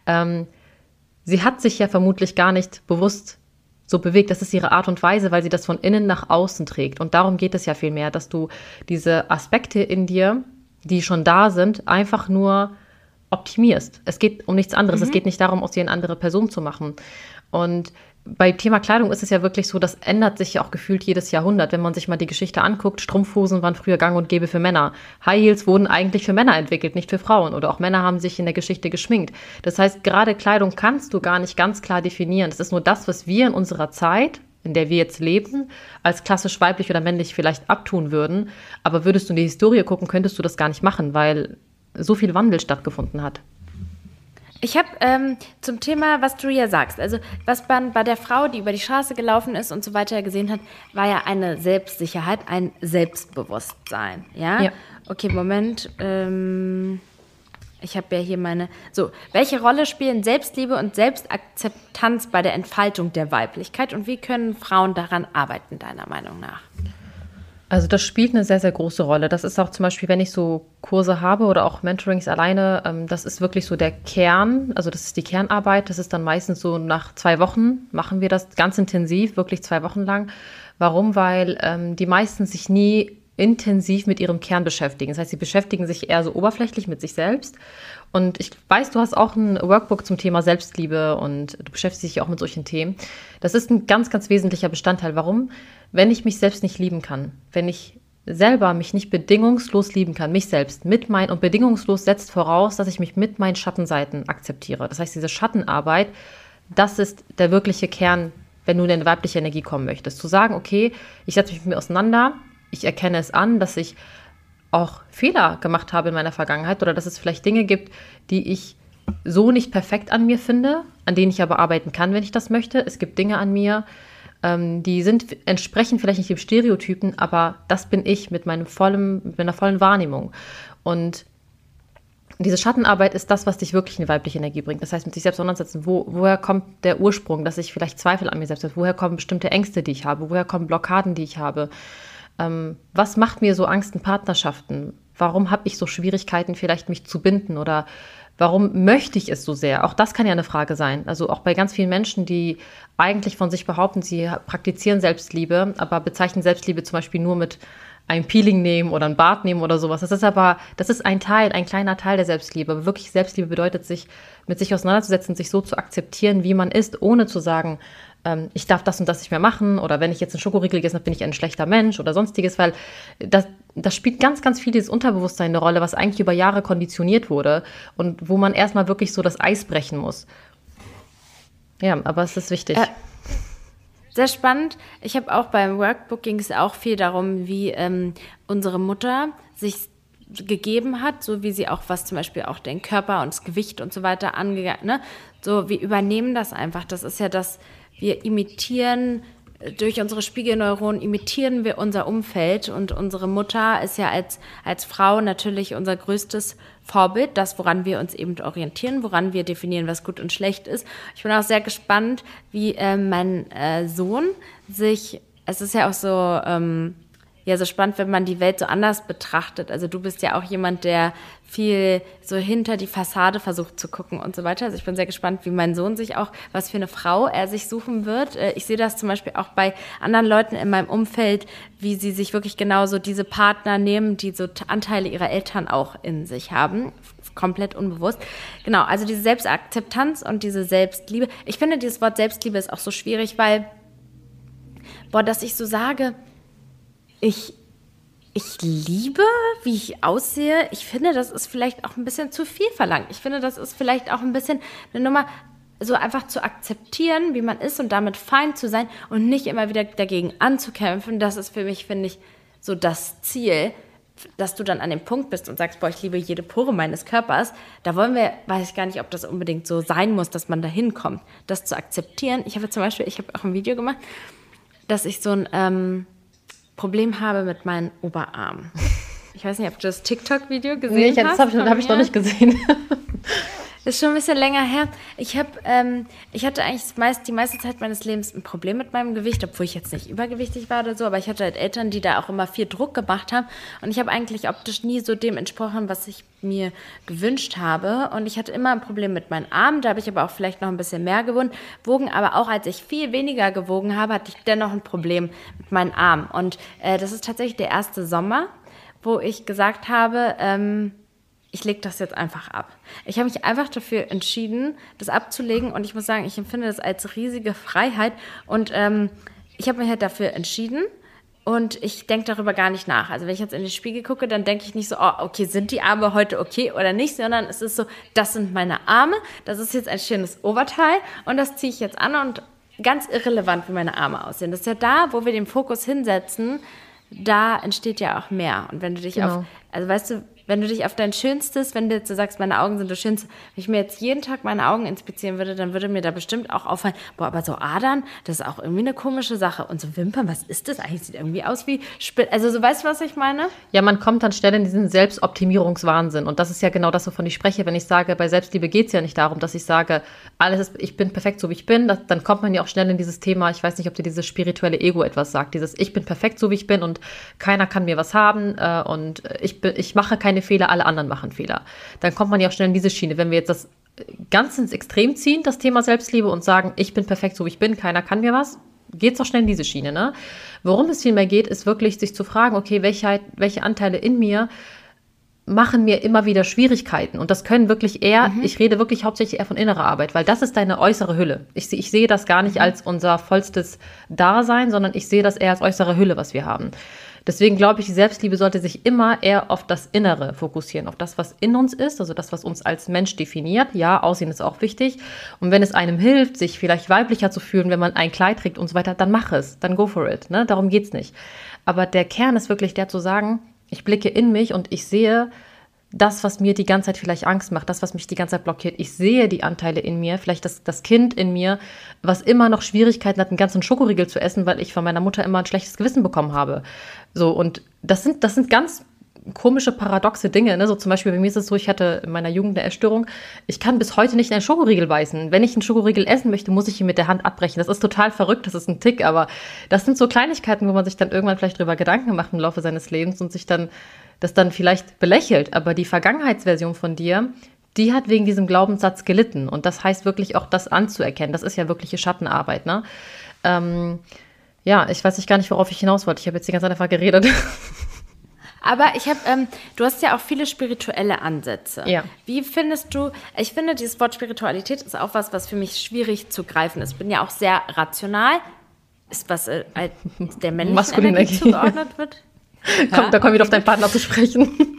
sie hat sich ja vermutlich gar nicht bewusst so bewegt. Das ist ihre Art und Weise, weil sie das von innen nach außen trägt. Und darum geht es ja viel mehr, dass du diese Aspekte in dir, die schon da sind, einfach nur optimierst. Es geht um nichts anderes. Es geht nicht darum, aus dir eine andere Person zu machen. Und beim Thema Kleidung ist es ja wirklich so, das ändert sich ja auch gefühlt jedes Jahrhundert. Wenn man sich mal die Geschichte anguckt, Strumpfhosen waren früher gang und gäbe für Männer. High Heels wurden eigentlich für Männer entwickelt, nicht für Frauen. Oder auch Männer haben sich in der Geschichte geschminkt. Das heißt, gerade Kleidung kannst du gar nicht ganz klar definieren. Das ist nur das, was wir in unserer Zeit, in der wir jetzt leben, als klassisch weiblich oder männlich vielleicht abtun würden. Aber würdest du in die Historie gucken, könntest du das gar nicht machen, weil so viel Wandel stattgefunden hat. Ich habe zum Thema, was du ja sagst, also was man bei der Frau, die über die Straße gelaufen ist und so weiter gesehen hat, war ja eine Selbstsicherheit, ein Selbstbewusstsein, ja? Ja. Okay, Moment, ich habe ja hier so, welche Rolle spielen Selbstliebe und Selbstakzeptanz bei der Entfaltung der Weiblichkeit und wie können Frauen daran arbeiten, deiner Meinung nach? Also das spielt eine sehr, sehr große Rolle. Das ist auch zum Beispiel, wenn ich so Kurse habe oder auch Mentorings alleine, das ist wirklich so der Kern, also das ist die Kernarbeit. Das ist dann meistens so nach 2 Wochen machen wir das ganz intensiv, wirklich 2 Wochen lang. Warum? Weil die meisten sich nie intensiv mit ihrem Kern beschäftigen. Das heißt, sie beschäftigen sich eher so oberflächlich mit sich selbst. Und ich weiß, du hast auch ein Workbook zum Thema Selbstliebe und du beschäftigst dich auch mit solchen Themen. Das ist ein ganz, ganz wesentlicher Bestandteil. Warum? Wenn ich mich selbst nicht lieben kann, wenn ich selber mich nicht bedingungslos lieben kann, mich selbst und bedingungslos setzt voraus, dass ich mich mit meinen Schattenseiten akzeptiere. Das heißt, diese Schattenarbeit, das ist der wirkliche Kern, wenn du in eine weibliche Energie kommen möchtest. Zu sagen, okay, ich setze mich mit mir auseinander, ich erkenne es an, dass ich auch Fehler gemacht habe in meiner Vergangenheit oder dass es vielleicht Dinge gibt, die ich so nicht perfekt an mir finde, an denen ich aber arbeiten kann, wenn ich das möchte. Es gibt Dinge an mir, die entsprechen vielleicht nicht dem Stereotypen, aber das bin ich mit meiner vollen Wahrnehmung. Und diese Schattenarbeit ist das, was dich wirklich in die weibliche Energie bringt. Das heißt, mit sich selbst auseinandersetzen, woher kommt der Ursprung, dass ich vielleicht Zweifel an mir selbst habe, woher kommen bestimmte Ängste, die ich habe, woher kommen Blockaden, die ich habe, was macht mir so Angst in Partnerschaften, warum habe ich so Schwierigkeiten, vielleicht mich zu binden oder warum möchte ich es so sehr? Auch das kann ja eine Frage sein. Also auch bei ganz vielen Menschen, die eigentlich von sich behaupten, sie praktizieren Selbstliebe, aber bezeichnen Selbstliebe zum Beispiel nur mit ein Peeling nehmen oder ein Bad nehmen oder sowas. Das ist ein kleiner Teil der Selbstliebe. Aber wirklich Selbstliebe bedeutet, sich mit sich auseinanderzusetzen, sich so zu akzeptieren, wie man ist, ohne zu sagen, ich darf das und das nicht mehr machen oder wenn ich jetzt einen Schokoriegel gegessen habe, bin ich ein schlechter Mensch oder sonstiges, weil das spielt ganz, ganz viel dieses Unterbewusstsein eine Rolle, was eigentlich über Jahre konditioniert wurde und wo man erstmal wirklich so das Eis brechen muss. Ja, aber es ist wichtig. Sehr spannend. Ich habe auch beim Workbook ging es auch viel darum, wie unsere Mutter sich gegeben hat, so wie sie auch was zum Beispiel auch den Körper und das Gewicht und so weiter angegangen, ne? So, wir übernehmen das einfach. Das ist ja das, wir imitieren, durch unsere Spiegelneuronen imitieren wir unser Umfeld und unsere Mutter ist ja als Frau natürlich unser größtes Vorbild, das, woran wir uns eben orientieren, woran wir definieren, was gut und schlecht ist. Ich bin auch sehr gespannt, wie mein Sohn es ist ja auch so, so spannend, wenn man die Welt so anders betrachtet. Also du bist ja auch jemand, der viel so hinter die Fassade versucht zu gucken und so weiter. Also ich bin sehr gespannt, wie mein Sohn was für eine Frau er sich suchen wird. Ich sehe das zum Beispiel auch bei anderen Leuten in meinem Umfeld, wie sie sich wirklich genauso diese Partner nehmen, die so Anteile ihrer Eltern auch in sich haben. Komplett unbewusst. Genau, also diese Selbstakzeptanz und diese Selbstliebe. Ich finde, dieses Wort Selbstliebe ist auch so schwierig, weil, dass ich so sage, ich ich liebe, wie ich aussehe. Ich finde, das ist vielleicht auch ein bisschen zu viel verlangt. Ich finde, das ist vielleicht auch ein bisschen eine Nummer, so einfach zu akzeptieren, wie man ist und damit fein zu sein und nicht immer wieder dagegen anzukämpfen. Das ist für mich, finde ich, so das Ziel, dass du dann an dem Punkt bist und sagst, boah, ich liebe jede Pore meines Körpers. Da weiß ich gar nicht, ob das unbedingt so sein muss, dass man da hinkommt, das zu akzeptieren. Ich habe auch ein Video gemacht, dass ich so ein Problem habe mit meinen Oberarmen. Ich weiß nicht, ob du das TikTok-Video gesehen hast. Das habe ich noch nicht gesehen. Ist schon ein bisschen länger her. Ich hatte eigentlich die meiste Zeit meines Lebens ein Problem mit meinem Gewicht, obwohl ich jetzt nicht übergewichtig war oder so, aber ich hatte halt Eltern, die da auch immer viel Druck gemacht haben und ich habe eigentlich optisch nie so dem entsprochen, was ich mir gewünscht habe und ich hatte immer ein Problem mit meinen Armen, da habe ich aber auch vielleicht noch ein bisschen mehr gewogen, aber auch als ich viel weniger gewogen habe, hatte ich dennoch ein Problem mit meinen Armen und das ist tatsächlich der erste Sommer, wo ich gesagt habe, ich lege das jetzt einfach ab. Ich habe mich einfach dafür entschieden, das abzulegen und ich muss sagen, ich empfinde das als riesige Freiheit und ich habe mich halt dafür entschieden und ich denke darüber gar nicht nach. Also wenn ich jetzt in den Spiegel gucke, dann denke ich nicht so, oh, okay, sind die Arme heute okay oder nicht, sondern es ist so, das sind meine Arme, das ist jetzt ein schönes Oberteil und das ziehe ich jetzt an und ganz irrelevant, wie meine Arme aussehen. Das ist ja da, wo wir den Fokus hinsetzen, da entsteht ja auch mehr. Und wenn du dich wenn du dich auf dein Schönstes, wenn du jetzt so sagst, meine Augen sind das Schönste, wenn ich mir jetzt jeden Tag meine Augen inspizieren würde, dann würde mir da bestimmt auch auffallen, boah, aber so Adern, das ist auch irgendwie eine komische Sache. Und so Wimpern, was ist das eigentlich? Sieht irgendwie aus wie Also so, weißt du, was ich meine? Ja, man kommt dann schnell in diesen Selbstoptimierungswahnsinn. Und das ist ja genau das, wovon ich spreche, wenn ich sage, bei Selbstliebe geht es ja nicht darum, dass ich sage, ich bin perfekt, so wie ich bin. Dann kommt man ja auch schnell in dieses Thema, ich weiß nicht, ob dir dieses spirituelle Ego etwas sagt, dieses ich bin perfekt, so wie ich bin und keiner kann mir was haben und ich mache keine Fehler, alle anderen machen Fehler. Dann kommt man ja auch schnell in diese Schiene. Wenn wir jetzt das ganz ins Extrem ziehen, das Thema Selbstliebe und sagen, ich bin perfekt, so wie ich bin, keiner kann mir was, geht es auch schnell in diese Schiene. Ne? Worum es vielmehr geht, ist wirklich sich zu fragen, okay, welche Anteile in mir machen mir immer wieder Schwierigkeiten. Und das können wirklich ich rede wirklich hauptsächlich eher von innerer Arbeit, weil das ist deine äußere Hülle. Ich sehe das gar nicht als unser vollstes Dasein, sondern ich sehe das eher als äußere Hülle, was wir haben. Deswegen glaube ich, die Selbstliebe sollte sich immer eher auf das Innere fokussieren, auf das, was in uns ist, also das, was uns als Mensch definiert. Ja, Aussehen ist auch wichtig. Und wenn es einem hilft, sich vielleicht weiblicher zu fühlen, wenn man ein Kleid trägt und so weiter, dann mach es, dann go for it. Ne? Darum geht's nicht. Aber der Kern ist wirklich der zu sagen, ich blicke in mich und ich sehe das, was mir die ganze Zeit vielleicht Angst macht, das, was mich die ganze Zeit blockiert. Ich sehe die Anteile in mir, vielleicht das Kind in mir, was immer noch Schwierigkeiten hat, einen ganzen Schokoriegel zu essen, weil ich von meiner Mutter immer ein schlechtes Gewissen bekommen habe. So, und das sind ganz komische, paradoxe Dinge. Ne? So zum Beispiel, bei mir ist es so, ich hatte in meiner Jugend eine Essstörung. Ich kann bis heute nicht in einen Schokoriegel beißen. Wenn ich einen Schokoriegel essen möchte, muss ich ihn mit der Hand abbrechen. Das ist total verrückt, das ist ein Tick, aber das sind so Kleinigkeiten, wo man sich dann irgendwann vielleicht drüber Gedanken macht im Laufe seines Lebens und sich dann das dann vielleicht belächelt. Aber die Vergangenheitsversion von dir, die hat wegen diesem Glaubenssatz gelitten. Und das heißt wirklich auch, das anzuerkennen. Das ist ja wirkliche Schattenarbeit. Ne? Ja, ich weiß gar nicht, worauf ich hinaus wollte. Ich habe jetzt die ganze Zeit einfach geredet. Aber du hast ja auch viele spirituelle Ansätze. Ja. Wie findest du, ich finde, dieses Wort Spiritualität ist auch was für mich schwierig zu greifen ist. Ich bin ja auch sehr rational. Ist was der männlichen Energie zugeordnet wird. Da kommen wir wieder auf deinen Partner zu sprechen.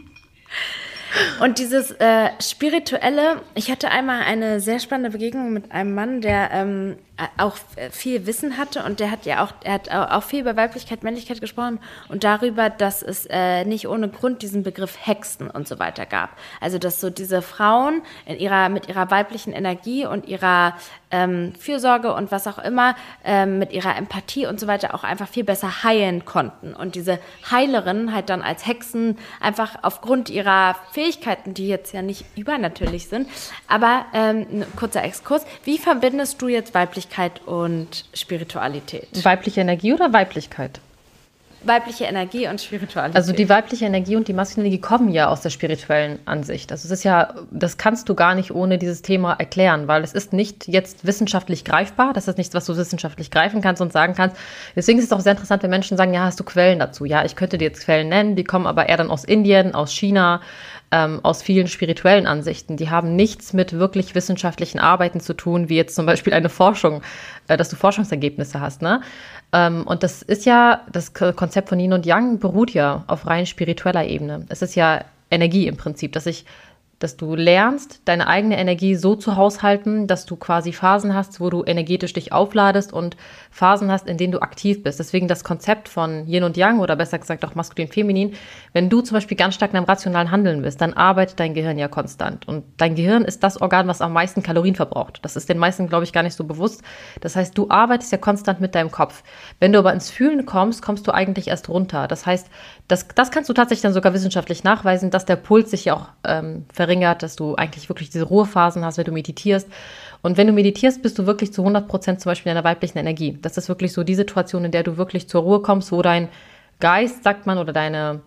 Und dieses Spirituelle, ich hatte einmal eine sehr spannende Begegnung mit einem Mann, der auch viel Wissen hatte und er hat auch viel über Weiblichkeit, Männlichkeit gesprochen und darüber, dass es nicht ohne Grund diesen Begriff Hexen und so weiter gab. Also dass so diese Frauen mit ihrer weiblichen Energie und ihrer Fürsorge und was auch immer, mit ihrer Empathie und so weiter auch einfach viel besser heilen konnten. Und diese Heilerinnen halt dann als Hexen einfach aufgrund ihrer Fähigkeiten, die jetzt ja nicht übernatürlich sind. Aber ein kurzer Exkurs. Wie verbindest du jetzt Weiblichkeit und Spiritualität? Weibliche Energie oder Weiblichkeit? Weibliche Energie und Spiritualität. Also die weibliche Energie und die maskuline Energie kommen ja aus der spirituellen Ansicht. Also es ist ja, das kannst du gar nicht ohne dieses Thema erklären, weil es ist nicht jetzt wissenschaftlich greifbar. Das ist nichts, was du wissenschaftlich greifen kannst und sagen kannst. Deswegen ist es auch sehr interessant, wenn Menschen sagen, ja, hast du Quellen dazu? Ja, ich könnte dir jetzt Quellen nennen, die kommen aber eher dann aus Indien, aus China, aus vielen spirituellen Ansichten. Die haben nichts mit wirklich wissenschaftlichen Arbeiten zu tun, wie jetzt zum Beispiel eine Forschung, dass du Forschungsergebnisse hast, ne? Und das ist ja, das Konzept von Yin und Yang beruht ja auf rein spiritueller Ebene. Es ist ja Energie im Prinzip, dass du lernst, deine eigene Energie so zu haushalten, dass du quasi Phasen hast, wo du energetisch dich aufladest und Phasen hast, in denen du aktiv bist. Deswegen das Konzept von Yin und Yang oder besser gesagt auch maskulin, feminin. Wenn du zum Beispiel ganz stark in einem rationalen Handeln bist, dann arbeitet dein Gehirn ja konstant. Und dein Gehirn ist das Organ, was am meisten Kalorien verbraucht. Das ist den meisten, glaube ich, gar nicht so bewusst. Das heißt, du arbeitest ja konstant mit deinem Kopf. Wenn du aber ins Fühlen kommst, kommst du eigentlich erst runter. Das heißt, das kannst du tatsächlich dann sogar wissenschaftlich nachweisen, dass der Puls sich ja auch verringert, dass du eigentlich wirklich diese Ruhephasen hast, wenn du meditierst. Und wenn du meditierst, bist du wirklich zu 100% zum Beispiel in deiner weiblichen Energie. Das ist wirklich so die Situation, in der du wirklich zur Ruhe kommst, wo dein Geist, sagt man, oder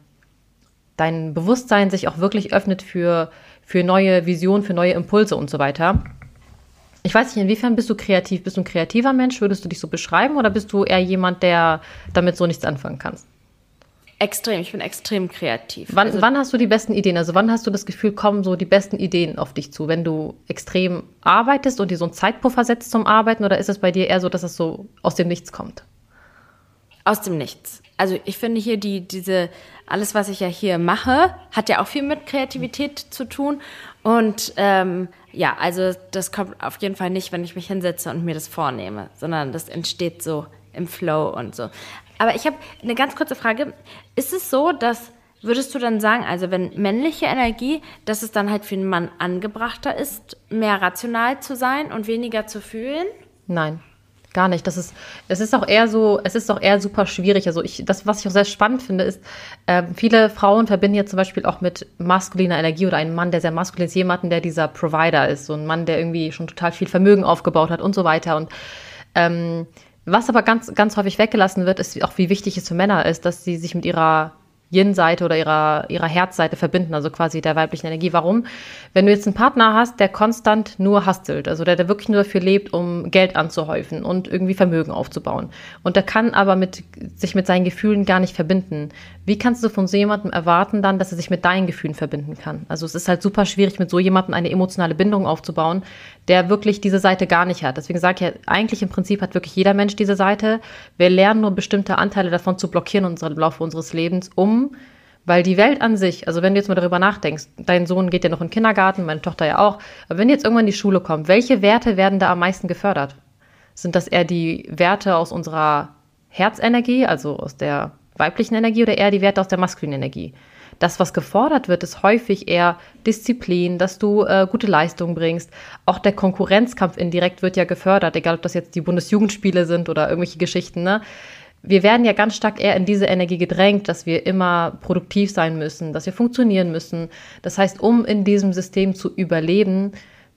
dein Bewusstsein sich auch wirklich öffnet für neue Visionen, für neue Impulse und so weiter. Ich weiß nicht, inwiefern bist du kreativ? Bist du ein kreativer Mensch? Würdest du dich so beschreiben? Oder bist du eher jemand, der damit so nichts anfangen kann? Extrem, ich bin extrem kreativ. Wann hast du die besten Ideen? Also wann hast du das Gefühl, kommen so die besten Ideen auf dich zu? Wenn du extrem arbeitest und dir so einen Zeitpuffer setzt zum Arbeiten, oder ist es bei dir eher so, dass es so aus dem Nichts kommt? Aus dem Nichts. Also ich finde hier alles, was ich ja hier mache, hat ja auch viel mit Kreativität zu tun. Und also das kommt auf jeden Fall nicht, wenn ich mich hinsetze und mir das vornehme, sondern das entsteht so im Flow und so. Aber ich habe eine ganz kurze Frage. Ist es so, würdest du dann sagen, also wenn männliche Energie, dass es dann halt für einen Mann angebrachter ist, mehr rational zu sein und weniger zu fühlen? Nein, gar nicht. Es ist auch eher super schwierig. Also das, was ich auch sehr spannend finde, ist, viele Frauen verbinden jetzt zum Beispiel auch mit maskuliner Energie oder einen Mann, der sehr maskulin ist, jemanden, der dieser Provider ist, so ein Mann, der irgendwie schon total viel Vermögen aufgebaut hat und so weiter. Und was aber ganz, ganz häufig weggelassen wird, ist auch, wie wichtig es für Männer ist, dass sie sich mit ihrer Yin-Seite oder ihrer Herzseite verbinden, also quasi der weiblichen Energie. Warum? Wenn du jetzt einen Partner hast, der konstant nur hustelt, also der wirklich nur dafür lebt, um Geld anzuhäufen und irgendwie Vermögen aufzubauen, und der kann aber sich mit seinen Gefühlen gar nicht verbinden, wie kannst du von so jemandem erwarten dann, dass er sich mit deinen Gefühlen verbinden kann? Also es ist halt super schwierig, mit so jemandem eine emotionale Bindung aufzubauen, der wirklich diese Seite gar nicht hat. Deswegen sage ich ja, eigentlich im Prinzip hat wirklich jeder Mensch diese Seite. Wir lernen nur bestimmte Anteile davon zu blockieren im Laufe unseres Lebens, weil die Welt an sich, also wenn du jetzt mal darüber nachdenkst, dein Sohn geht ja noch in den Kindergarten, meine Tochter ja auch, aber wenn die jetzt irgendwann in die Schule kommen, welche Werte werden da am meisten gefördert? Sind das eher die Werte aus unserer Herzenergie, also aus der weiblichen Energie, oder eher die Werte aus der maskulinen Energie? Das, was gefordert wird, ist häufig eher Disziplin, dass du gute Leistungen bringst. Auch der Konkurrenzkampf indirekt wird ja gefördert, egal ob das jetzt die Bundesjugendspiele sind oder irgendwelche Geschichten, ne? Wir werden ja ganz stark eher in diese Energie gedrängt, dass wir immer produktiv sein müssen, dass wir funktionieren müssen. Das heißt, um in diesem System zu überleben,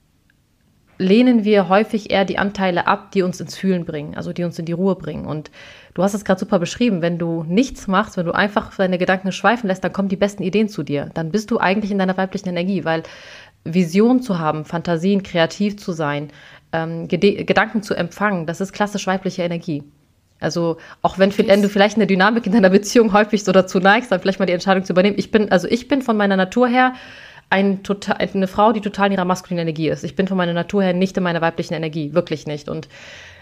lehnen wir häufig eher die Anteile ab, die uns ins Fühlen bringen, also die uns in die Ruhe bringen. Und du hast es gerade super beschrieben, wenn du nichts machst, wenn du einfach deine Gedanken schweifen lässt, dann kommen die besten Ideen zu dir. Dann bist du eigentlich in deiner weiblichen Energie, weil Vision zu haben, Fantasien, kreativ zu sein, Gedanken zu empfangen, das ist klassisch weibliche Energie. Also auch wenn du vielleicht in der Dynamik in deiner Beziehung häufig so dazu neigst, dann vielleicht mal die Entscheidung zu übernehmen. Ich bin von meiner Natur her eine Frau, die total in ihrer maskulinen Energie ist. Ich bin von meiner Natur her nicht in meiner weiblichen Energie, wirklich nicht. Und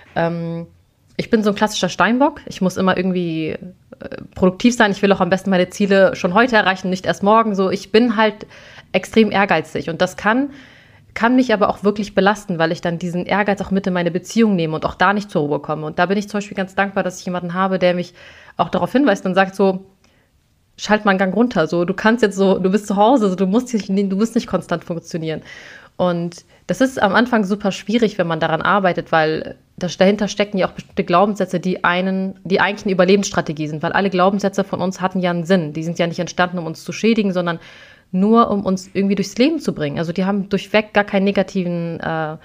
ich bin so ein klassischer Steinbock. Ich muss immer irgendwie produktiv sein. Ich will auch am besten meine Ziele schon heute erreichen, nicht erst morgen. So, ich bin halt extrem ehrgeizig, und das kann mich aber auch wirklich belasten, weil ich dann diesen Ehrgeiz auch mit in meine Beziehung nehme und auch da nicht zur Ruhe komme. Und da bin ich zum Beispiel ganz dankbar, dass ich jemanden habe, der mich auch darauf hinweist und sagt so, schalt mal einen Gang runter, so, du bist zu Hause, so, du musst nicht konstant funktionieren. Und das ist am Anfang super schwierig, wenn man daran arbeitet, weil dahinter stecken ja auch bestimmte Glaubenssätze, die eigentlich eine Überlebensstrategie sind, weil alle Glaubenssätze von uns hatten ja einen Sinn. Die sind ja nicht entstanden, um uns zu schädigen, sondern nur um uns irgendwie durchs Leben zu bringen. Also die haben durchweg gar keine negative,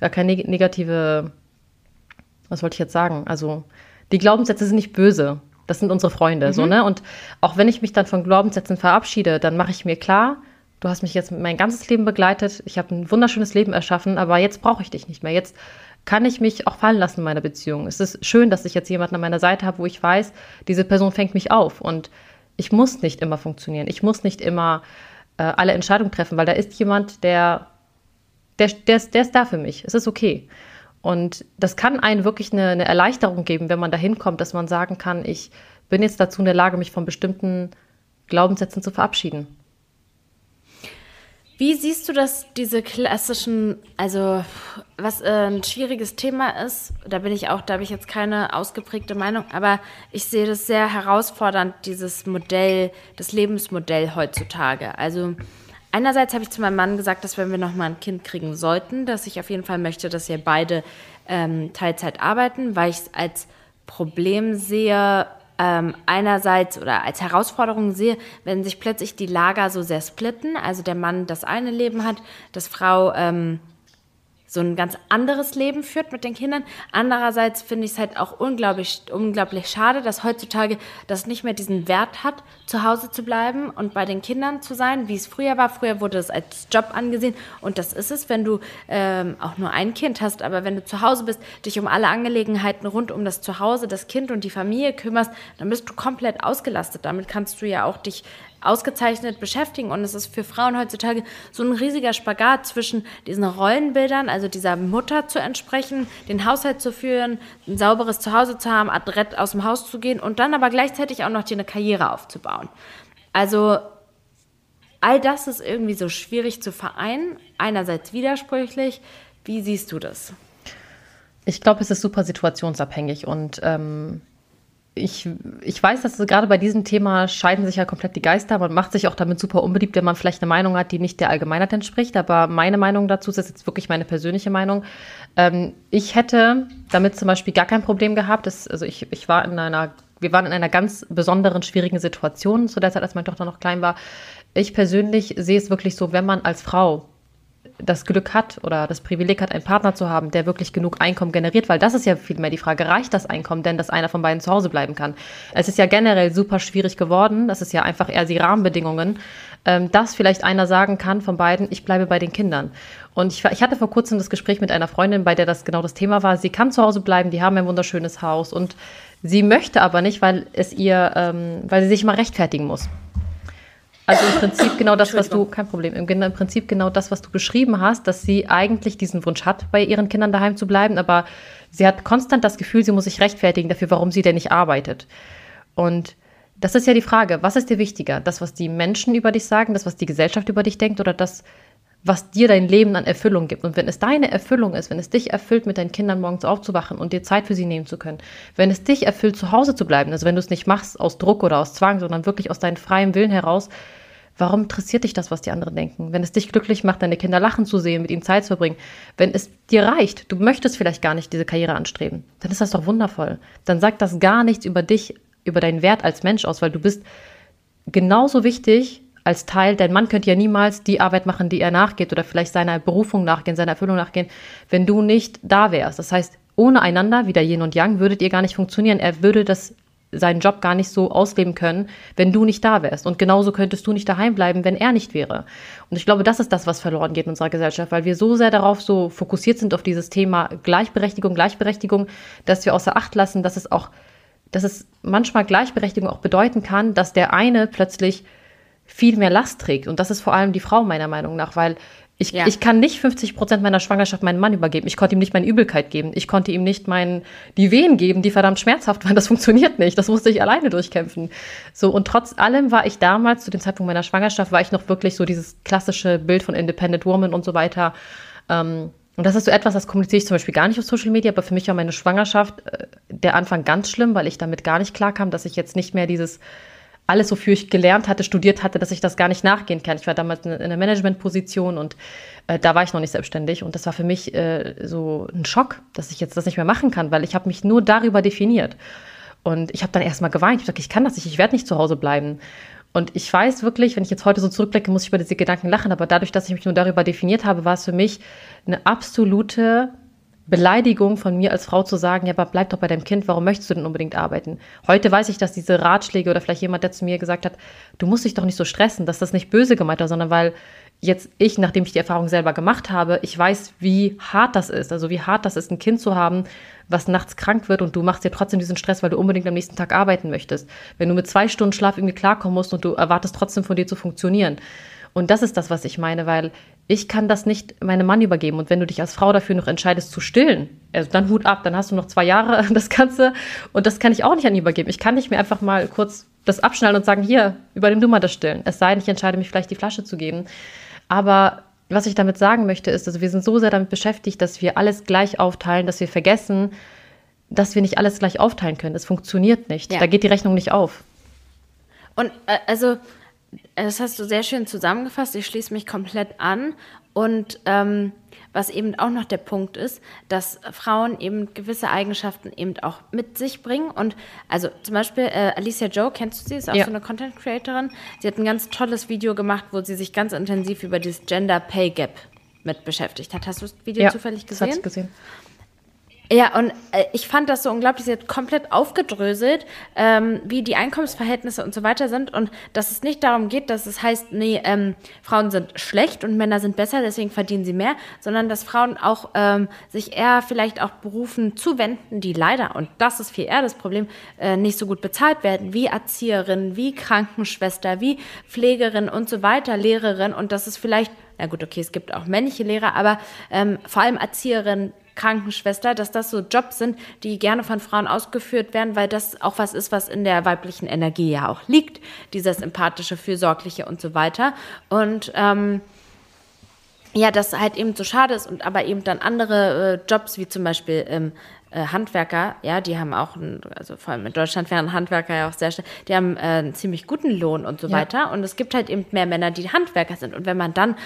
was wollte ich jetzt sagen? Also die Glaubenssätze sind nicht böse. Das sind unsere Freunde, so, ne? Und auch wenn ich mich dann von Glaubenssätzen verabschiede, dann mache ich mir klar, du hast mich jetzt mein ganzes Leben begleitet, ich habe ein wunderschönes Leben erschaffen, aber jetzt brauche ich dich nicht mehr. Jetzt kann ich mich auch fallen lassen in meiner Beziehung. Es ist schön, dass ich jetzt jemanden an meiner Seite habe, wo ich weiß, diese Person fängt mich auf, und ich muss nicht immer funktionieren. Ich muss nicht immer alle Entscheidungen treffen, weil da ist jemand, der ist da für mich. Es ist okay. Und das kann einen wirklich eine Erleichterung geben, wenn man da hinkommt, dass man sagen kann, ich bin jetzt dazu in der Lage, mich von bestimmten Glaubenssätzen zu verabschieden. Wie siehst du das, diese klassischen, also was ein schwieriges Thema ist, da habe ich jetzt keine ausgeprägte Meinung, aber ich sehe das sehr herausfordernd, dieses Modell, das Lebensmodell heutzutage. Also einerseits habe ich zu meinem Mann gesagt, dass wenn wir nochmal ein Kind kriegen sollten, dass ich auf jeden Fall möchte, dass wir beide Teilzeit arbeiten, weil ich es als Problem sehe, einerseits oder als Herausforderung sehe, wenn sich plötzlich die Lager so sehr splitten, also der Mann das eine Leben hat, das Frau so ein ganz anderes Leben führt mit den Kindern. Andererseits finde ich es halt auch unglaublich schade, dass heutzutage das nicht mehr diesen Wert hat, zu Hause zu bleiben und bei den Kindern zu sein, wie es früher war. Früher wurde es als Job angesehen und das ist es, wenn du auch nur ein Kind hast, aber wenn du zu Hause bist, dich um alle Angelegenheiten rund um das Zuhause, das Kind und die Familie kümmerst, dann bist du komplett ausgelastet. Damit kannst du ja auch dich ausgezeichnet beschäftigen und es ist für Frauen heutzutage so ein riesiger Spagat zwischen diesen Rollenbildern, also dieser Mutter zu entsprechen, den Haushalt zu führen, ein sauberes Zuhause zu haben, adrett aus dem Haus zu gehen und dann aber gleichzeitig auch noch dir eine Karriere aufzubauen. Also all das ist irgendwie so schwierig zu vereinen, einerseits widersprüchlich. Wie siehst du das? Ich glaube, es ist super situationsabhängig und ich weiß, dass gerade bei diesem Thema scheiden sich ja komplett die Geister. Man macht sich auch damit super unbeliebt, wenn man vielleicht eine Meinung hat, die nicht der Allgemeinheit entspricht. Aber meine Meinung dazu ist jetzt wirklich meine persönliche Meinung. Ich hätte damit zum Beispiel gar kein Problem gehabt. Wir waren in einer ganz besonderen, schwierigen Situation zu der Zeit, als meine Tochter noch klein war. Ich persönlich sehe es wirklich so, wenn man als Frau das Glück hat oder das Privileg hat, einen Partner zu haben, der wirklich genug Einkommen generiert, weil das ist ja vielmehr die Frage, reicht das Einkommen denn, dass einer von beiden zu Hause bleiben kann? Es ist ja generell super schwierig geworden, das ist ja einfach eher die Rahmenbedingungen, dass vielleicht einer sagen kann von beiden, ich bleibe bei den Kindern. Und ich hatte vor kurzem das Gespräch mit einer Freundin, bei der das genau das Thema war, sie kann zu Hause bleiben, die haben ein wunderschönes Haus und sie möchte aber nicht, weil sie sich mal rechtfertigen muss. Also im Prinzip genau das, im Prinzip genau das, was du beschrieben hast, dass sie eigentlich diesen Wunsch hat, bei ihren Kindern daheim zu bleiben, aber sie hat konstant das Gefühl, sie muss sich rechtfertigen dafür, warum sie denn nicht arbeitet. Und das ist ja die Frage, was ist dir wichtiger? Das, was die Menschen über dich sagen, das, was die Gesellschaft über dich denkt oder das, was dir dein Leben an Erfüllung gibt? Und wenn es deine Erfüllung ist, wenn es dich erfüllt, mit deinen Kindern morgens aufzuwachen und dir Zeit für sie nehmen zu können, wenn es dich erfüllt, zu Hause zu bleiben, also wenn du es nicht machst aus Druck oder aus Zwang, sondern wirklich aus deinem freien Willen heraus, warum interessiert dich das, was die anderen denken? Wenn es dich glücklich macht, deine Kinder lachen zu sehen, mit ihnen Zeit zu verbringen, wenn es dir reicht, du möchtest vielleicht gar nicht diese Karriere anstreben, dann ist das doch wundervoll. Dann sagt das gar nichts über dich, über deinen Wert als Mensch aus, weil du bist genauso wichtig als Teil. Dein Mann könnte ja niemals die Arbeit machen, die er nachgeht oder vielleicht seiner Berufung nachgehen, seiner Erfüllung nachgehen, wenn du nicht da wärst. Das heißt, ohne einander, wieder Yin und Yang, würdet ihr gar nicht funktionieren. Er würde seinen Job gar nicht so ausleben können, wenn du nicht da wärst. Und genauso könntest du nicht daheim bleiben, wenn er nicht wäre. Und ich glaube, das ist das, was verloren geht in unserer Gesellschaft, weil wir so sehr darauf so fokussiert sind auf dieses Thema Gleichberechtigung, dass wir außer Acht lassen, dass es manchmal Gleichberechtigung auch bedeuten kann, dass der eine plötzlich viel mehr Last trägt. Und das ist vor allem die Frau meiner Meinung nach, weil ich kann nicht 50% meiner Schwangerschaft meinem Mann übergeben. Ich konnte ihm nicht meine Übelkeit geben. Ich konnte ihm nicht die Wehen geben, die verdammt schmerzhaft waren. Das funktioniert nicht. Das musste ich alleine durchkämpfen. So, und trotz allem war ich damals, zu dem Zeitpunkt meiner Schwangerschaft, war ich noch wirklich so dieses klassische Bild von Independent Woman und so weiter. Und das ist so etwas, das kommuniziere ich zum Beispiel gar nicht auf Social Media, aber für mich war meine Schwangerschaft der Anfang ganz schlimm, weil ich damit gar nicht klarkam, dass ich jetzt nicht mehr dieses alles, wofür ich gelernt hatte, studiert hatte, dass ich das gar nicht nachgehen kann. Ich war damals in einer Managementposition und da war ich noch nicht selbstständig. Und das war für mich so ein Schock, dass ich jetzt das nicht mehr machen kann, weil ich habe mich nur darüber definiert. Und ich habe dann erstmal geweint. Ich habe gesagt, ich kann das nicht, ich werde nicht zu Hause bleiben. Und ich weiß wirklich, wenn ich jetzt heute so zurückblicke, muss ich über diese Gedanken lachen. Aber dadurch, dass ich mich nur darüber definiert habe, war es für mich eine absolute Beleidigung von mir als Frau zu sagen, ja, aber bleib doch bei deinem Kind, warum möchtest du denn unbedingt arbeiten? Heute weiß ich, dass diese Ratschläge oder vielleicht jemand, der zu mir gesagt hat, du musst dich doch nicht so stressen, dass das nicht böse gemeint war, sondern weil jetzt nachdem ich die Erfahrung selber gemacht habe, ich weiß, wie hart das ist, also wie hart das ist, ein Kind zu haben, was nachts krank wird und du machst dir trotzdem diesen Stress, weil du unbedingt am nächsten Tag arbeiten möchtest. Wenn du mit 2 Stunden Schlaf irgendwie klarkommen musst und du erwartest trotzdem von dir zu funktionieren. Und das ist das, was ich meine, weil ich kann das nicht meinem Mann übergeben. Und wenn du dich als Frau dafür noch entscheidest zu stillen, also dann Hut ab, dann hast du noch 2 Jahre das Ganze. Und das kann ich auch nicht an ihn übergeben. Ich kann nicht mir einfach mal kurz das abschnallen und sagen, hier, übernimm du mal das Stillen. Es sei denn, ich entscheide mich vielleicht, die Flasche zu geben. Aber was ich damit sagen möchte, ist, also wir sind so sehr damit beschäftigt, dass wir alles gleich aufteilen, dass wir vergessen, dass wir nicht alles gleich aufteilen können. Das funktioniert nicht. Ja. Da geht die Rechnung nicht auf. Und also, das hast du sehr schön zusammengefasst. Ich schließe mich komplett an. Und was eben auch noch der Punkt ist, dass Frauen eben gewisse Eigenschaften eben auch mit sich bringen. Und also zum Beispiel Alicia Joe, kennst du sie? Ist auch so eine Content-Creatorin. Sie hat ein ganz tolles Video gemacht, wo sie sich ganz intensiv über dieses Gender Pay Gap mit beschäftigt hat. Hast du das Video zufällig gesehen? Ja, das habe ich gesehen. Ja, und ich fand das so unglaublich, sie hat komplett aufgedröselt, wie die Einkommensverhältnisse und so weiter sind und dass es nicht darum geht, dass es heißt, nee, Frauen sind schlecht und Männer sind besser, deswegen verdienen sie mehr, sondern dass Frauen auch sich eher vielleicht auch Berufen zuwenden, die leider, und das ist viel eher das Problem, nicht so gut bezahlt werden, wie Erzieherin, wie Krankenschwester, wie Pflegerin und so weiter, Lehrerin und das ist vielleicht, na gut, okay, es gibt auch männliche Lehrer, aber vor allem Erzieherin, Krankenschwester, dass das so Jobs sind, die gerne von Frauen ausgeführt werden, weil das auch was ist, was in der weiblichen Energie ja auch liegt, dieses empathische, fürsorgliche und so weiter. Und ja, das halt eben so schade ist und aber eben dann andere Jobs, wie zum Beispiel Handwerker, ja, die haben auch, also vor allem in Deutschland wären Handwerker ja auch sehr schnell, die haben einen ziemlich guten Lohn und so weiter. Und es gibt halt eben mehr Männer, die Handwerker sind. Und wenn man dann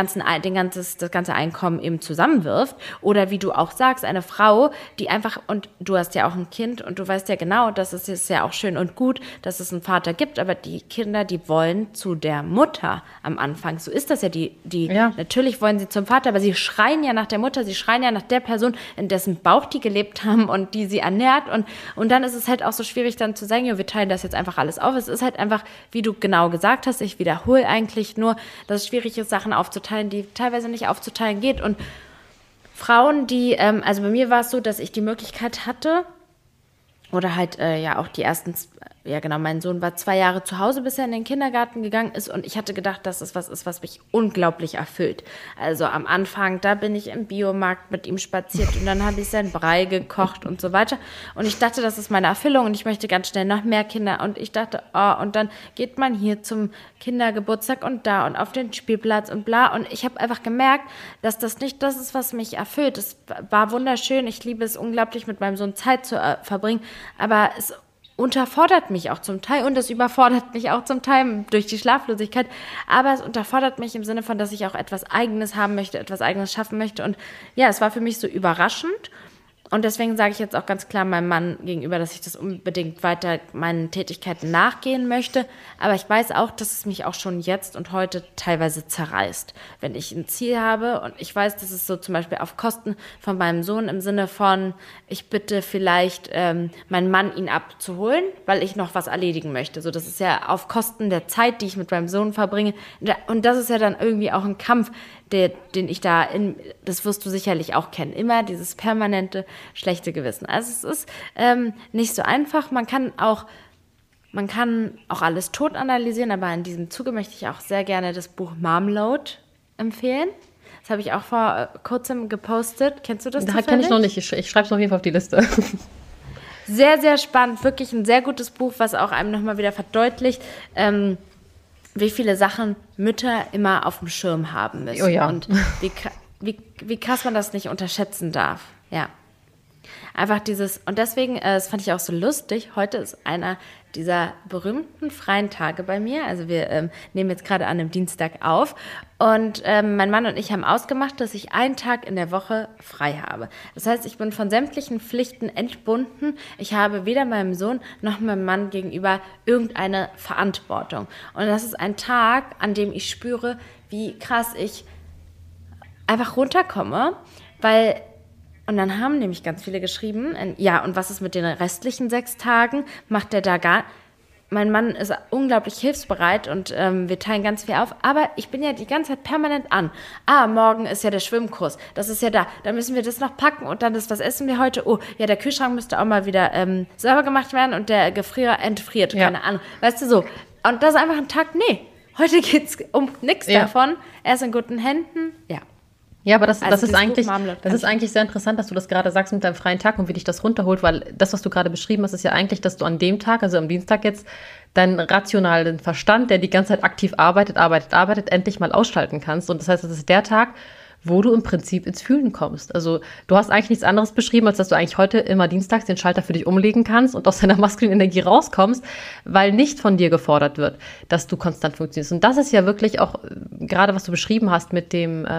das ganze Einkommen eben zusammenwirft, oder wie du auch sagst, eine Frau, die einfach, und du hast ja auch ein Kind und du weißt ja genau, dass es ist ja auch schön und gut, dass es einen Vater gibt, aber die Kinder, die wollen zu der Mutter am Anfang. So ist das ja, natürlich wollen sie zum Vater, aber sie schreien ja nach der Mutter, sie schreien ja nach der Person, in dessen Bauch die gelebt haben und die sie ernährt und dann ist es halt auch so schwierig dann zu sagen, ja, wir teilen das jetzt einfach alles auf. Es ist halt einfach, wie du genau gesagt hast, ich wiederhole eigentlich nur, dass es schwierig ist, Sachen aufzuteilen, die teilweise nicht aufzuteilen geht und Frauen, die, also bei mir war es so, dass ich die Möglichkeit hatte oder halt ja auch die ersten, ja genau, mein Sohn war 2 Jahre zu Hause, bis er in den Kindergarten gegangen ist und ich hatte gedacht, dass es was ist, was mich unglaublich erfüllt. Also am Anfang, da bin ich im Biomarkt mit ihm spaziert und dann habe ich seinen Brei gekocht und so weiter und ich dachte, das ist meine Erfüllung und ich möchte ganz schnell noch mehr Kinder und ich dachte, oh, und dann geht man hier zum Kindergeburtstag und da und auf den Spielplatz und bla und ich habe einfach gemerkt, dass das nicht das ist, was mich erfüllt. Es war wunderschön, ich liebe es unglaublich, mit meinem Sohn Zeit zu verbringen, aber es unterfordert mich auch zum Teil und es überfordert mich auch zum Teil durch die Schlaflosigkeit, aber es unterfordert mich im Sinne von, dass ich auch etwas Eigenes haben möchte, etwas Eigenes schaffen möchte und ja, es war für mich so überraschend und deswegen sage ich jetzt auch ganz klar meinem Mann gegenüber, dass ich das unbedingt weiter meinen Tätigkeiten nachgehen möchte, aber ich weiß auch, dass es mich auch schon jetzt und heute teilweise zerreißt, wenn ich ein Ziel habe und ich weiß, dass es so zum Beispiel auf Kosten von meinem Sohn im Sinne von, ich bitte vielleicht meinen Mann, ihn abzuholen, weil ich noch was erledigen möchte. So, das ist ja auf Kosten der Zeit, die ich mit meinem Sohn verbringe und das ist ja dann irgendwie auch ein Kampf, den ich das wirst du sicherlich auch kennen, immer dieses permanente schlechte Gewissen. Also es ist nicht so einfach. Man kann auch alles tot analysieren, aber in diesem Zuge möchte ich auch sehr gerne das Buch Momload empfehlen. Das habe ich auch vor kurzem gepostet. Kennst du das zufällig? Kenne ich noch nicht. Ich schreibe es auf jeden Fall auf die Liste. Sehr, sehr spannend. Wirklich ein sehr gutes Buch, was auch einem nochmal wieder verdeutlicht, wie viele Sachen Mütter immer auf dem Schirm haben müssen. Oh ja. Und wie krass man das nicht unterschätzen darf. Ja. Einfach dieses, und deswegen, das fand ich auch so lustig, heute ist einer dieser berühmten freien Tage bei mir, also wir nehmen jetzt gerade an einem Dienstag auf und mein Mann und ich haben ausgemacht, dass ich einen Tag in der Woche frei habe. Das heißt, ich bin von sämtlichen Pflichten entbunden, ich habe weder meinem Sohn noch meinem Mann gegenüber irgendeine Verantwortung und das ist ein Tag, an dem ich spüre, wie krass ich einfach runterkomme, weil und dann haben nämlich ganz viele geschrieben, ja, und was ist mit den restlichen 6 Tagen? Macht der da gar... Mein Mann ist unglaublich hilfsbereit und wir teilen ganz viel auf, aber ich bin ja die ganze Zeit permanent an. Morgen ist ja der Schwimmkurs, das ist ja da, dann müssen wir das noch packen und dann was essen wir heute? Oh, ja, der Kühlschrank müsste auch mal wieder sauber gemacht werden und der Gefrierer entfriert, keine Ahnung. Weißt du, so. Und das ist einfach ein Tag, nee. heute geht es um nichts davon. Er ist in guten Händen. Ja, aber das ist dieses eigentlich, Buch Marmelade das ist eigentlich sehr interessant, dass du das gerade sagst mit deinem freien Tag und wie dich das runterholt, weil das, was du gerade beschrieben hast, ist ja eigentlich, dass du an dem Tag, also am Dienstag jetzt, deinen rationalen Verstand, der die ganze Zeit aktiv arbeitet, endlich mal ausschalten kannst. Und das heißt, das ist der Tag, wo du im Prinzip ins Fühlen kommst. Also du hast eigentlich nichts anderes beschrieben, als dass du eigentlich heute immer dienstags den Schalter für dich umlegen kannst und aus deiner maskulinen Energie rauskommst, weil nicht von dir gefordert wird, dass du konstant funktionierst. Und das ist ja wirklich auch, gerade was du beschrieben hast mit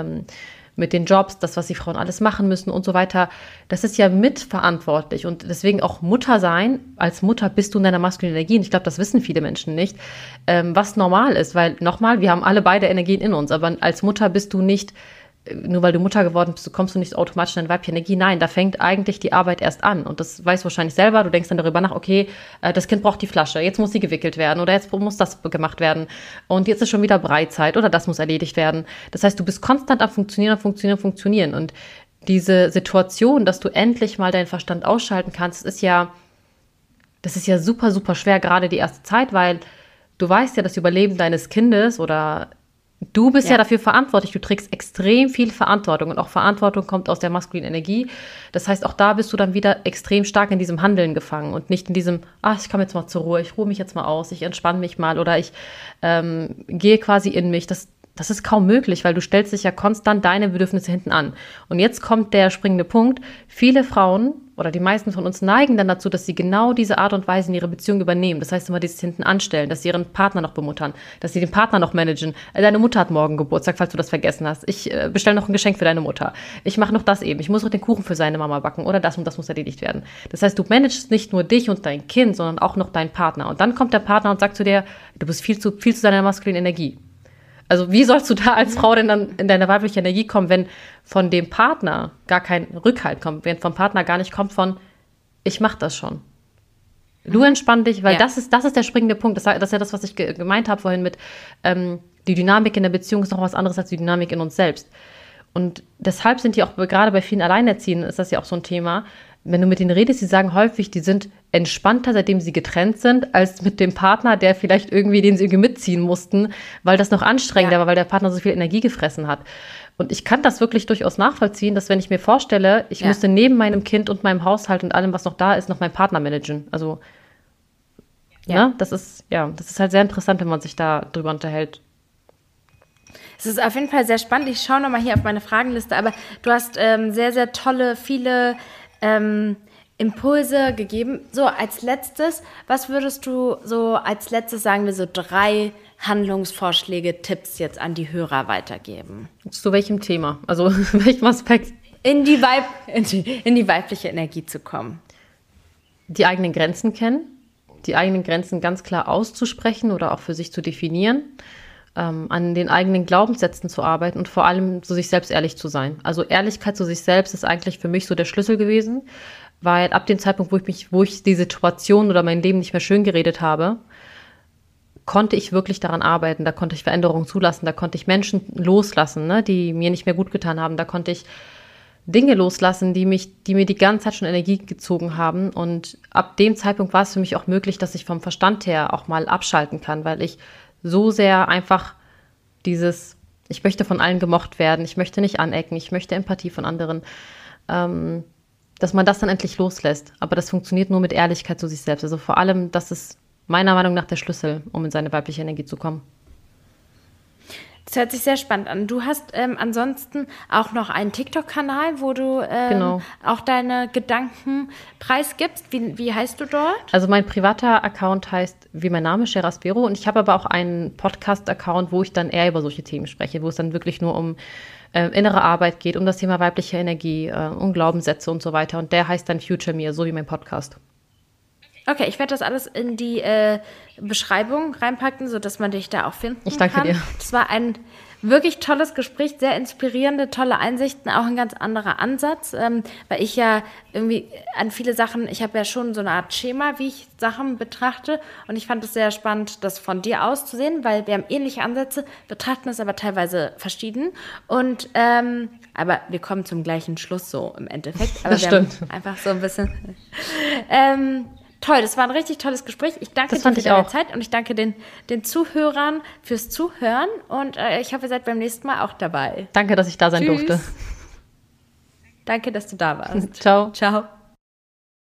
den Jobs, das, was die Frauen alles machen müssen und so weiter, das ist ja mitverantwortlich und deswegen auch Mutter sein. Als Mutter bist du in deiner maskulinen Energie und ich glaube, das wissen viele Menschen nicht, was normal ist, weil nochmal, wir haben alle beide Energien in uns, aber als Mutter bist du nicht, nur weil du Mutter geworden bist, kommst du nicht automatisch in deine weibliche Energie. Nein, da fängt eigentlich die Arbeit erst an. Und das weißt du wahrscheinlich selber. Du denkst dann darüber nach, okay, das Kind braucht die Flasche, jetzt muss sie gewickelt werden oder jetzt muss das gemacht werden. Und jetzt ist schon wieder Breitzeit oder das muss erledigt werden. Das heißt, du bist konstant am Funktionieren. Und diese Situation, dass du endlich mal deinen Verstand ausschalten kannst, das ist ja super, super schwer, gerade die erste Zeit, weil du weißt ja, das Überleben deines Kindes oder du bist ja dafür verantwortlich, du trägst extrem viel Verantwortung und auch Verantwortung kommt aus der maskulinen Energie. Das heißt, auch da bist du dann wieder extrem stark in diesem Handeln gefangen und nicht in diesem, ich komme jetzt mal zur Ruhe, ich ruhe mich jetzt mal aus, ich entspanne mich mal oder ich gehe quasi in mich. Das ist kaum möglich, weil du stellst dich ja konstant deine Bedürfnisse hinten an. Und jetzt kommt der springende Punkt. Viele Frauen oder die meisten von uns neigen dann dazu, dass sie genau diese Art und Weise in ihre Beziehung übernehmen. Das heißt immer dieses hinten anstellen, dass sie ihren Partner noch bemuttern, dass sie den Partner noch managen. Deine Mutter hat morgen Geburtstag, falls du das vergessen hast. Ich bestelle noch ein Geschenk für deine Mutter. Ich mache noch das eben. Ich muss noch den Kuchen für seine Mama backen oder das und das muss erledigt werden. Das heißt, du managst nicht nur dich und dein Kind, sondern auch noch deinen Partner. Und dann kommt der Partner und sagt zu dir, du bist viel zu deiner maskulinen Energie. Also wie sollst du da als Frau denn dann in deine weibliche Energie kommen, wenn von dem Partner gar kein Rückhalt kommt, wenn vom Partner gar nicht kommt von, ich mach das schon. Du entspann dich, weil das ist der springende Punkt. Das ist ja das, was ich gemeint habe vorhin mit, die Dynamik in der Beziehung ist noch was anderes als die Dynamik in uns selbst. Und deshalb sind die auch, gerade bei vielen Alleinerziehenden ist das ja auch so ein Thema, wenn du mit denen redest, die sagen häufig, die sind entspannter, seitdem sie getrennt sind, als mit dem Partner, der vielleicht irgendwie, den sie irgendwie mitziehen mussten, weil das noch anstrengender war, weil der Partner so viel Energie gefressen hat. Und ich kann das wirklich durchaus nachvollziehen, dass wenn ich mir vorstelle, ich müsste neben meinem Kind und meinem Haushalt und allem, was noch da ist, noch meinen Partner managen. Also, das ist halt sehr interessant, wenn man sich da drüber unterhält. Es ist auf jeden Fall sehr spannend. Ich schaue nochmal hier auf meine Fragenliste, aber du hast sehr, sehr tolle, viele Impulse gegeben. So, als letztes, was würdest du so als letztes, sagen wir so 3 Handlungsvorschläge, Tipps jetzt an die Hörer weitergeben? Zu welchem Thema? Also welchem Aspekt? In die weibliche Energie zu kommen. Die eigenen Grenzen kennen, die eigenen Grenzen ganz klar auszusprechen oder auch für sich zu definieren, an den eigenen Glaubenssätzen zu arbeiten und vor allem zu sich selbst ehrlich zu sein. Also Ehrlichkeit zu sich selbst ist eigentlich für mich so der Schlüssel gewesen, weil ab dem Zeitpunkt, wo ich die Situation oder mein Leben nicht mehr schön geredet habe, konnte ich wirklich daran arbeiten, da konnte ich Veränderungen zulassen, da konnte ich Menschen loslassen, ne, die mir nicht mehr gut getan haben, da konnte ich Dinge loslassen, die mir die ganze Zeit schon Energie gezogen haben und ab dem Zeitpunkt war es für mich auch möglich, dass ich vom Verstand her auch mal abschalten kann, weil ich so sehr einfach ich möchte von allen gemocht werden, ich möchte nicht anecken, ich möchte Empathie von anderen, dass man das dann endlich loslässt. Aber das funktioniert nur mit Ehrlichkeit zu sich selbst. Also vor allem, das ist meiner Meinung nach der Schlüssel, um in seine weibliche Energie zu kommen. Das hört sich sehr spannend an. Du hast ansonsten auch noch einen TikTok-Kanal, wo du auch deine Gedanken preisgibst. Wie heißt du dort? Also mein privater Account heißt wie mein Name, Sheraz Bero. Und ich habe aber auch einen Podcast-Account, wo ich dann eher über solche Themen spreche, wo es dann wirklich nur um innere Arbeit geht, um das Thema weibliche Energie, um Glaubenssätze und so weiter. Und der heißt dann Future Me, so wie mein Podcast. Okay, ich werde das alles in die Beschreibung reinpacken, sodass man dich da auch finden kann. Ich danke dir. Das war ein wirklich tolles Gespräch, sehr inspirierende, tolle Einsichten, auch ein ganz anderer Ansatz, weil ich ja irgendwie an viele Sachen, ich habe ja schon so eine Art Schema, wie ich Sachen betrachte und ich fand es sehr spannend, das von dir aus zu sehen, weil wir haben ähnliche Ansätze, betrachten es aber teilweise verschieden und aber wir kommen zum gleichen Schluss so im Endeffekt. Aber das stimmt. Haben einfach so ein bisschen Toll, das war ein richtig tolles Gespräch. Ich danke dir für deine Zeit und ich danke den Zuhörern fürs Zuhören und ich hoffe, ihr seid beim nächsten Mal auch dabei. Danke, dass ich da sein durfte. Danke, dass du da warst. Ciao. Ciao.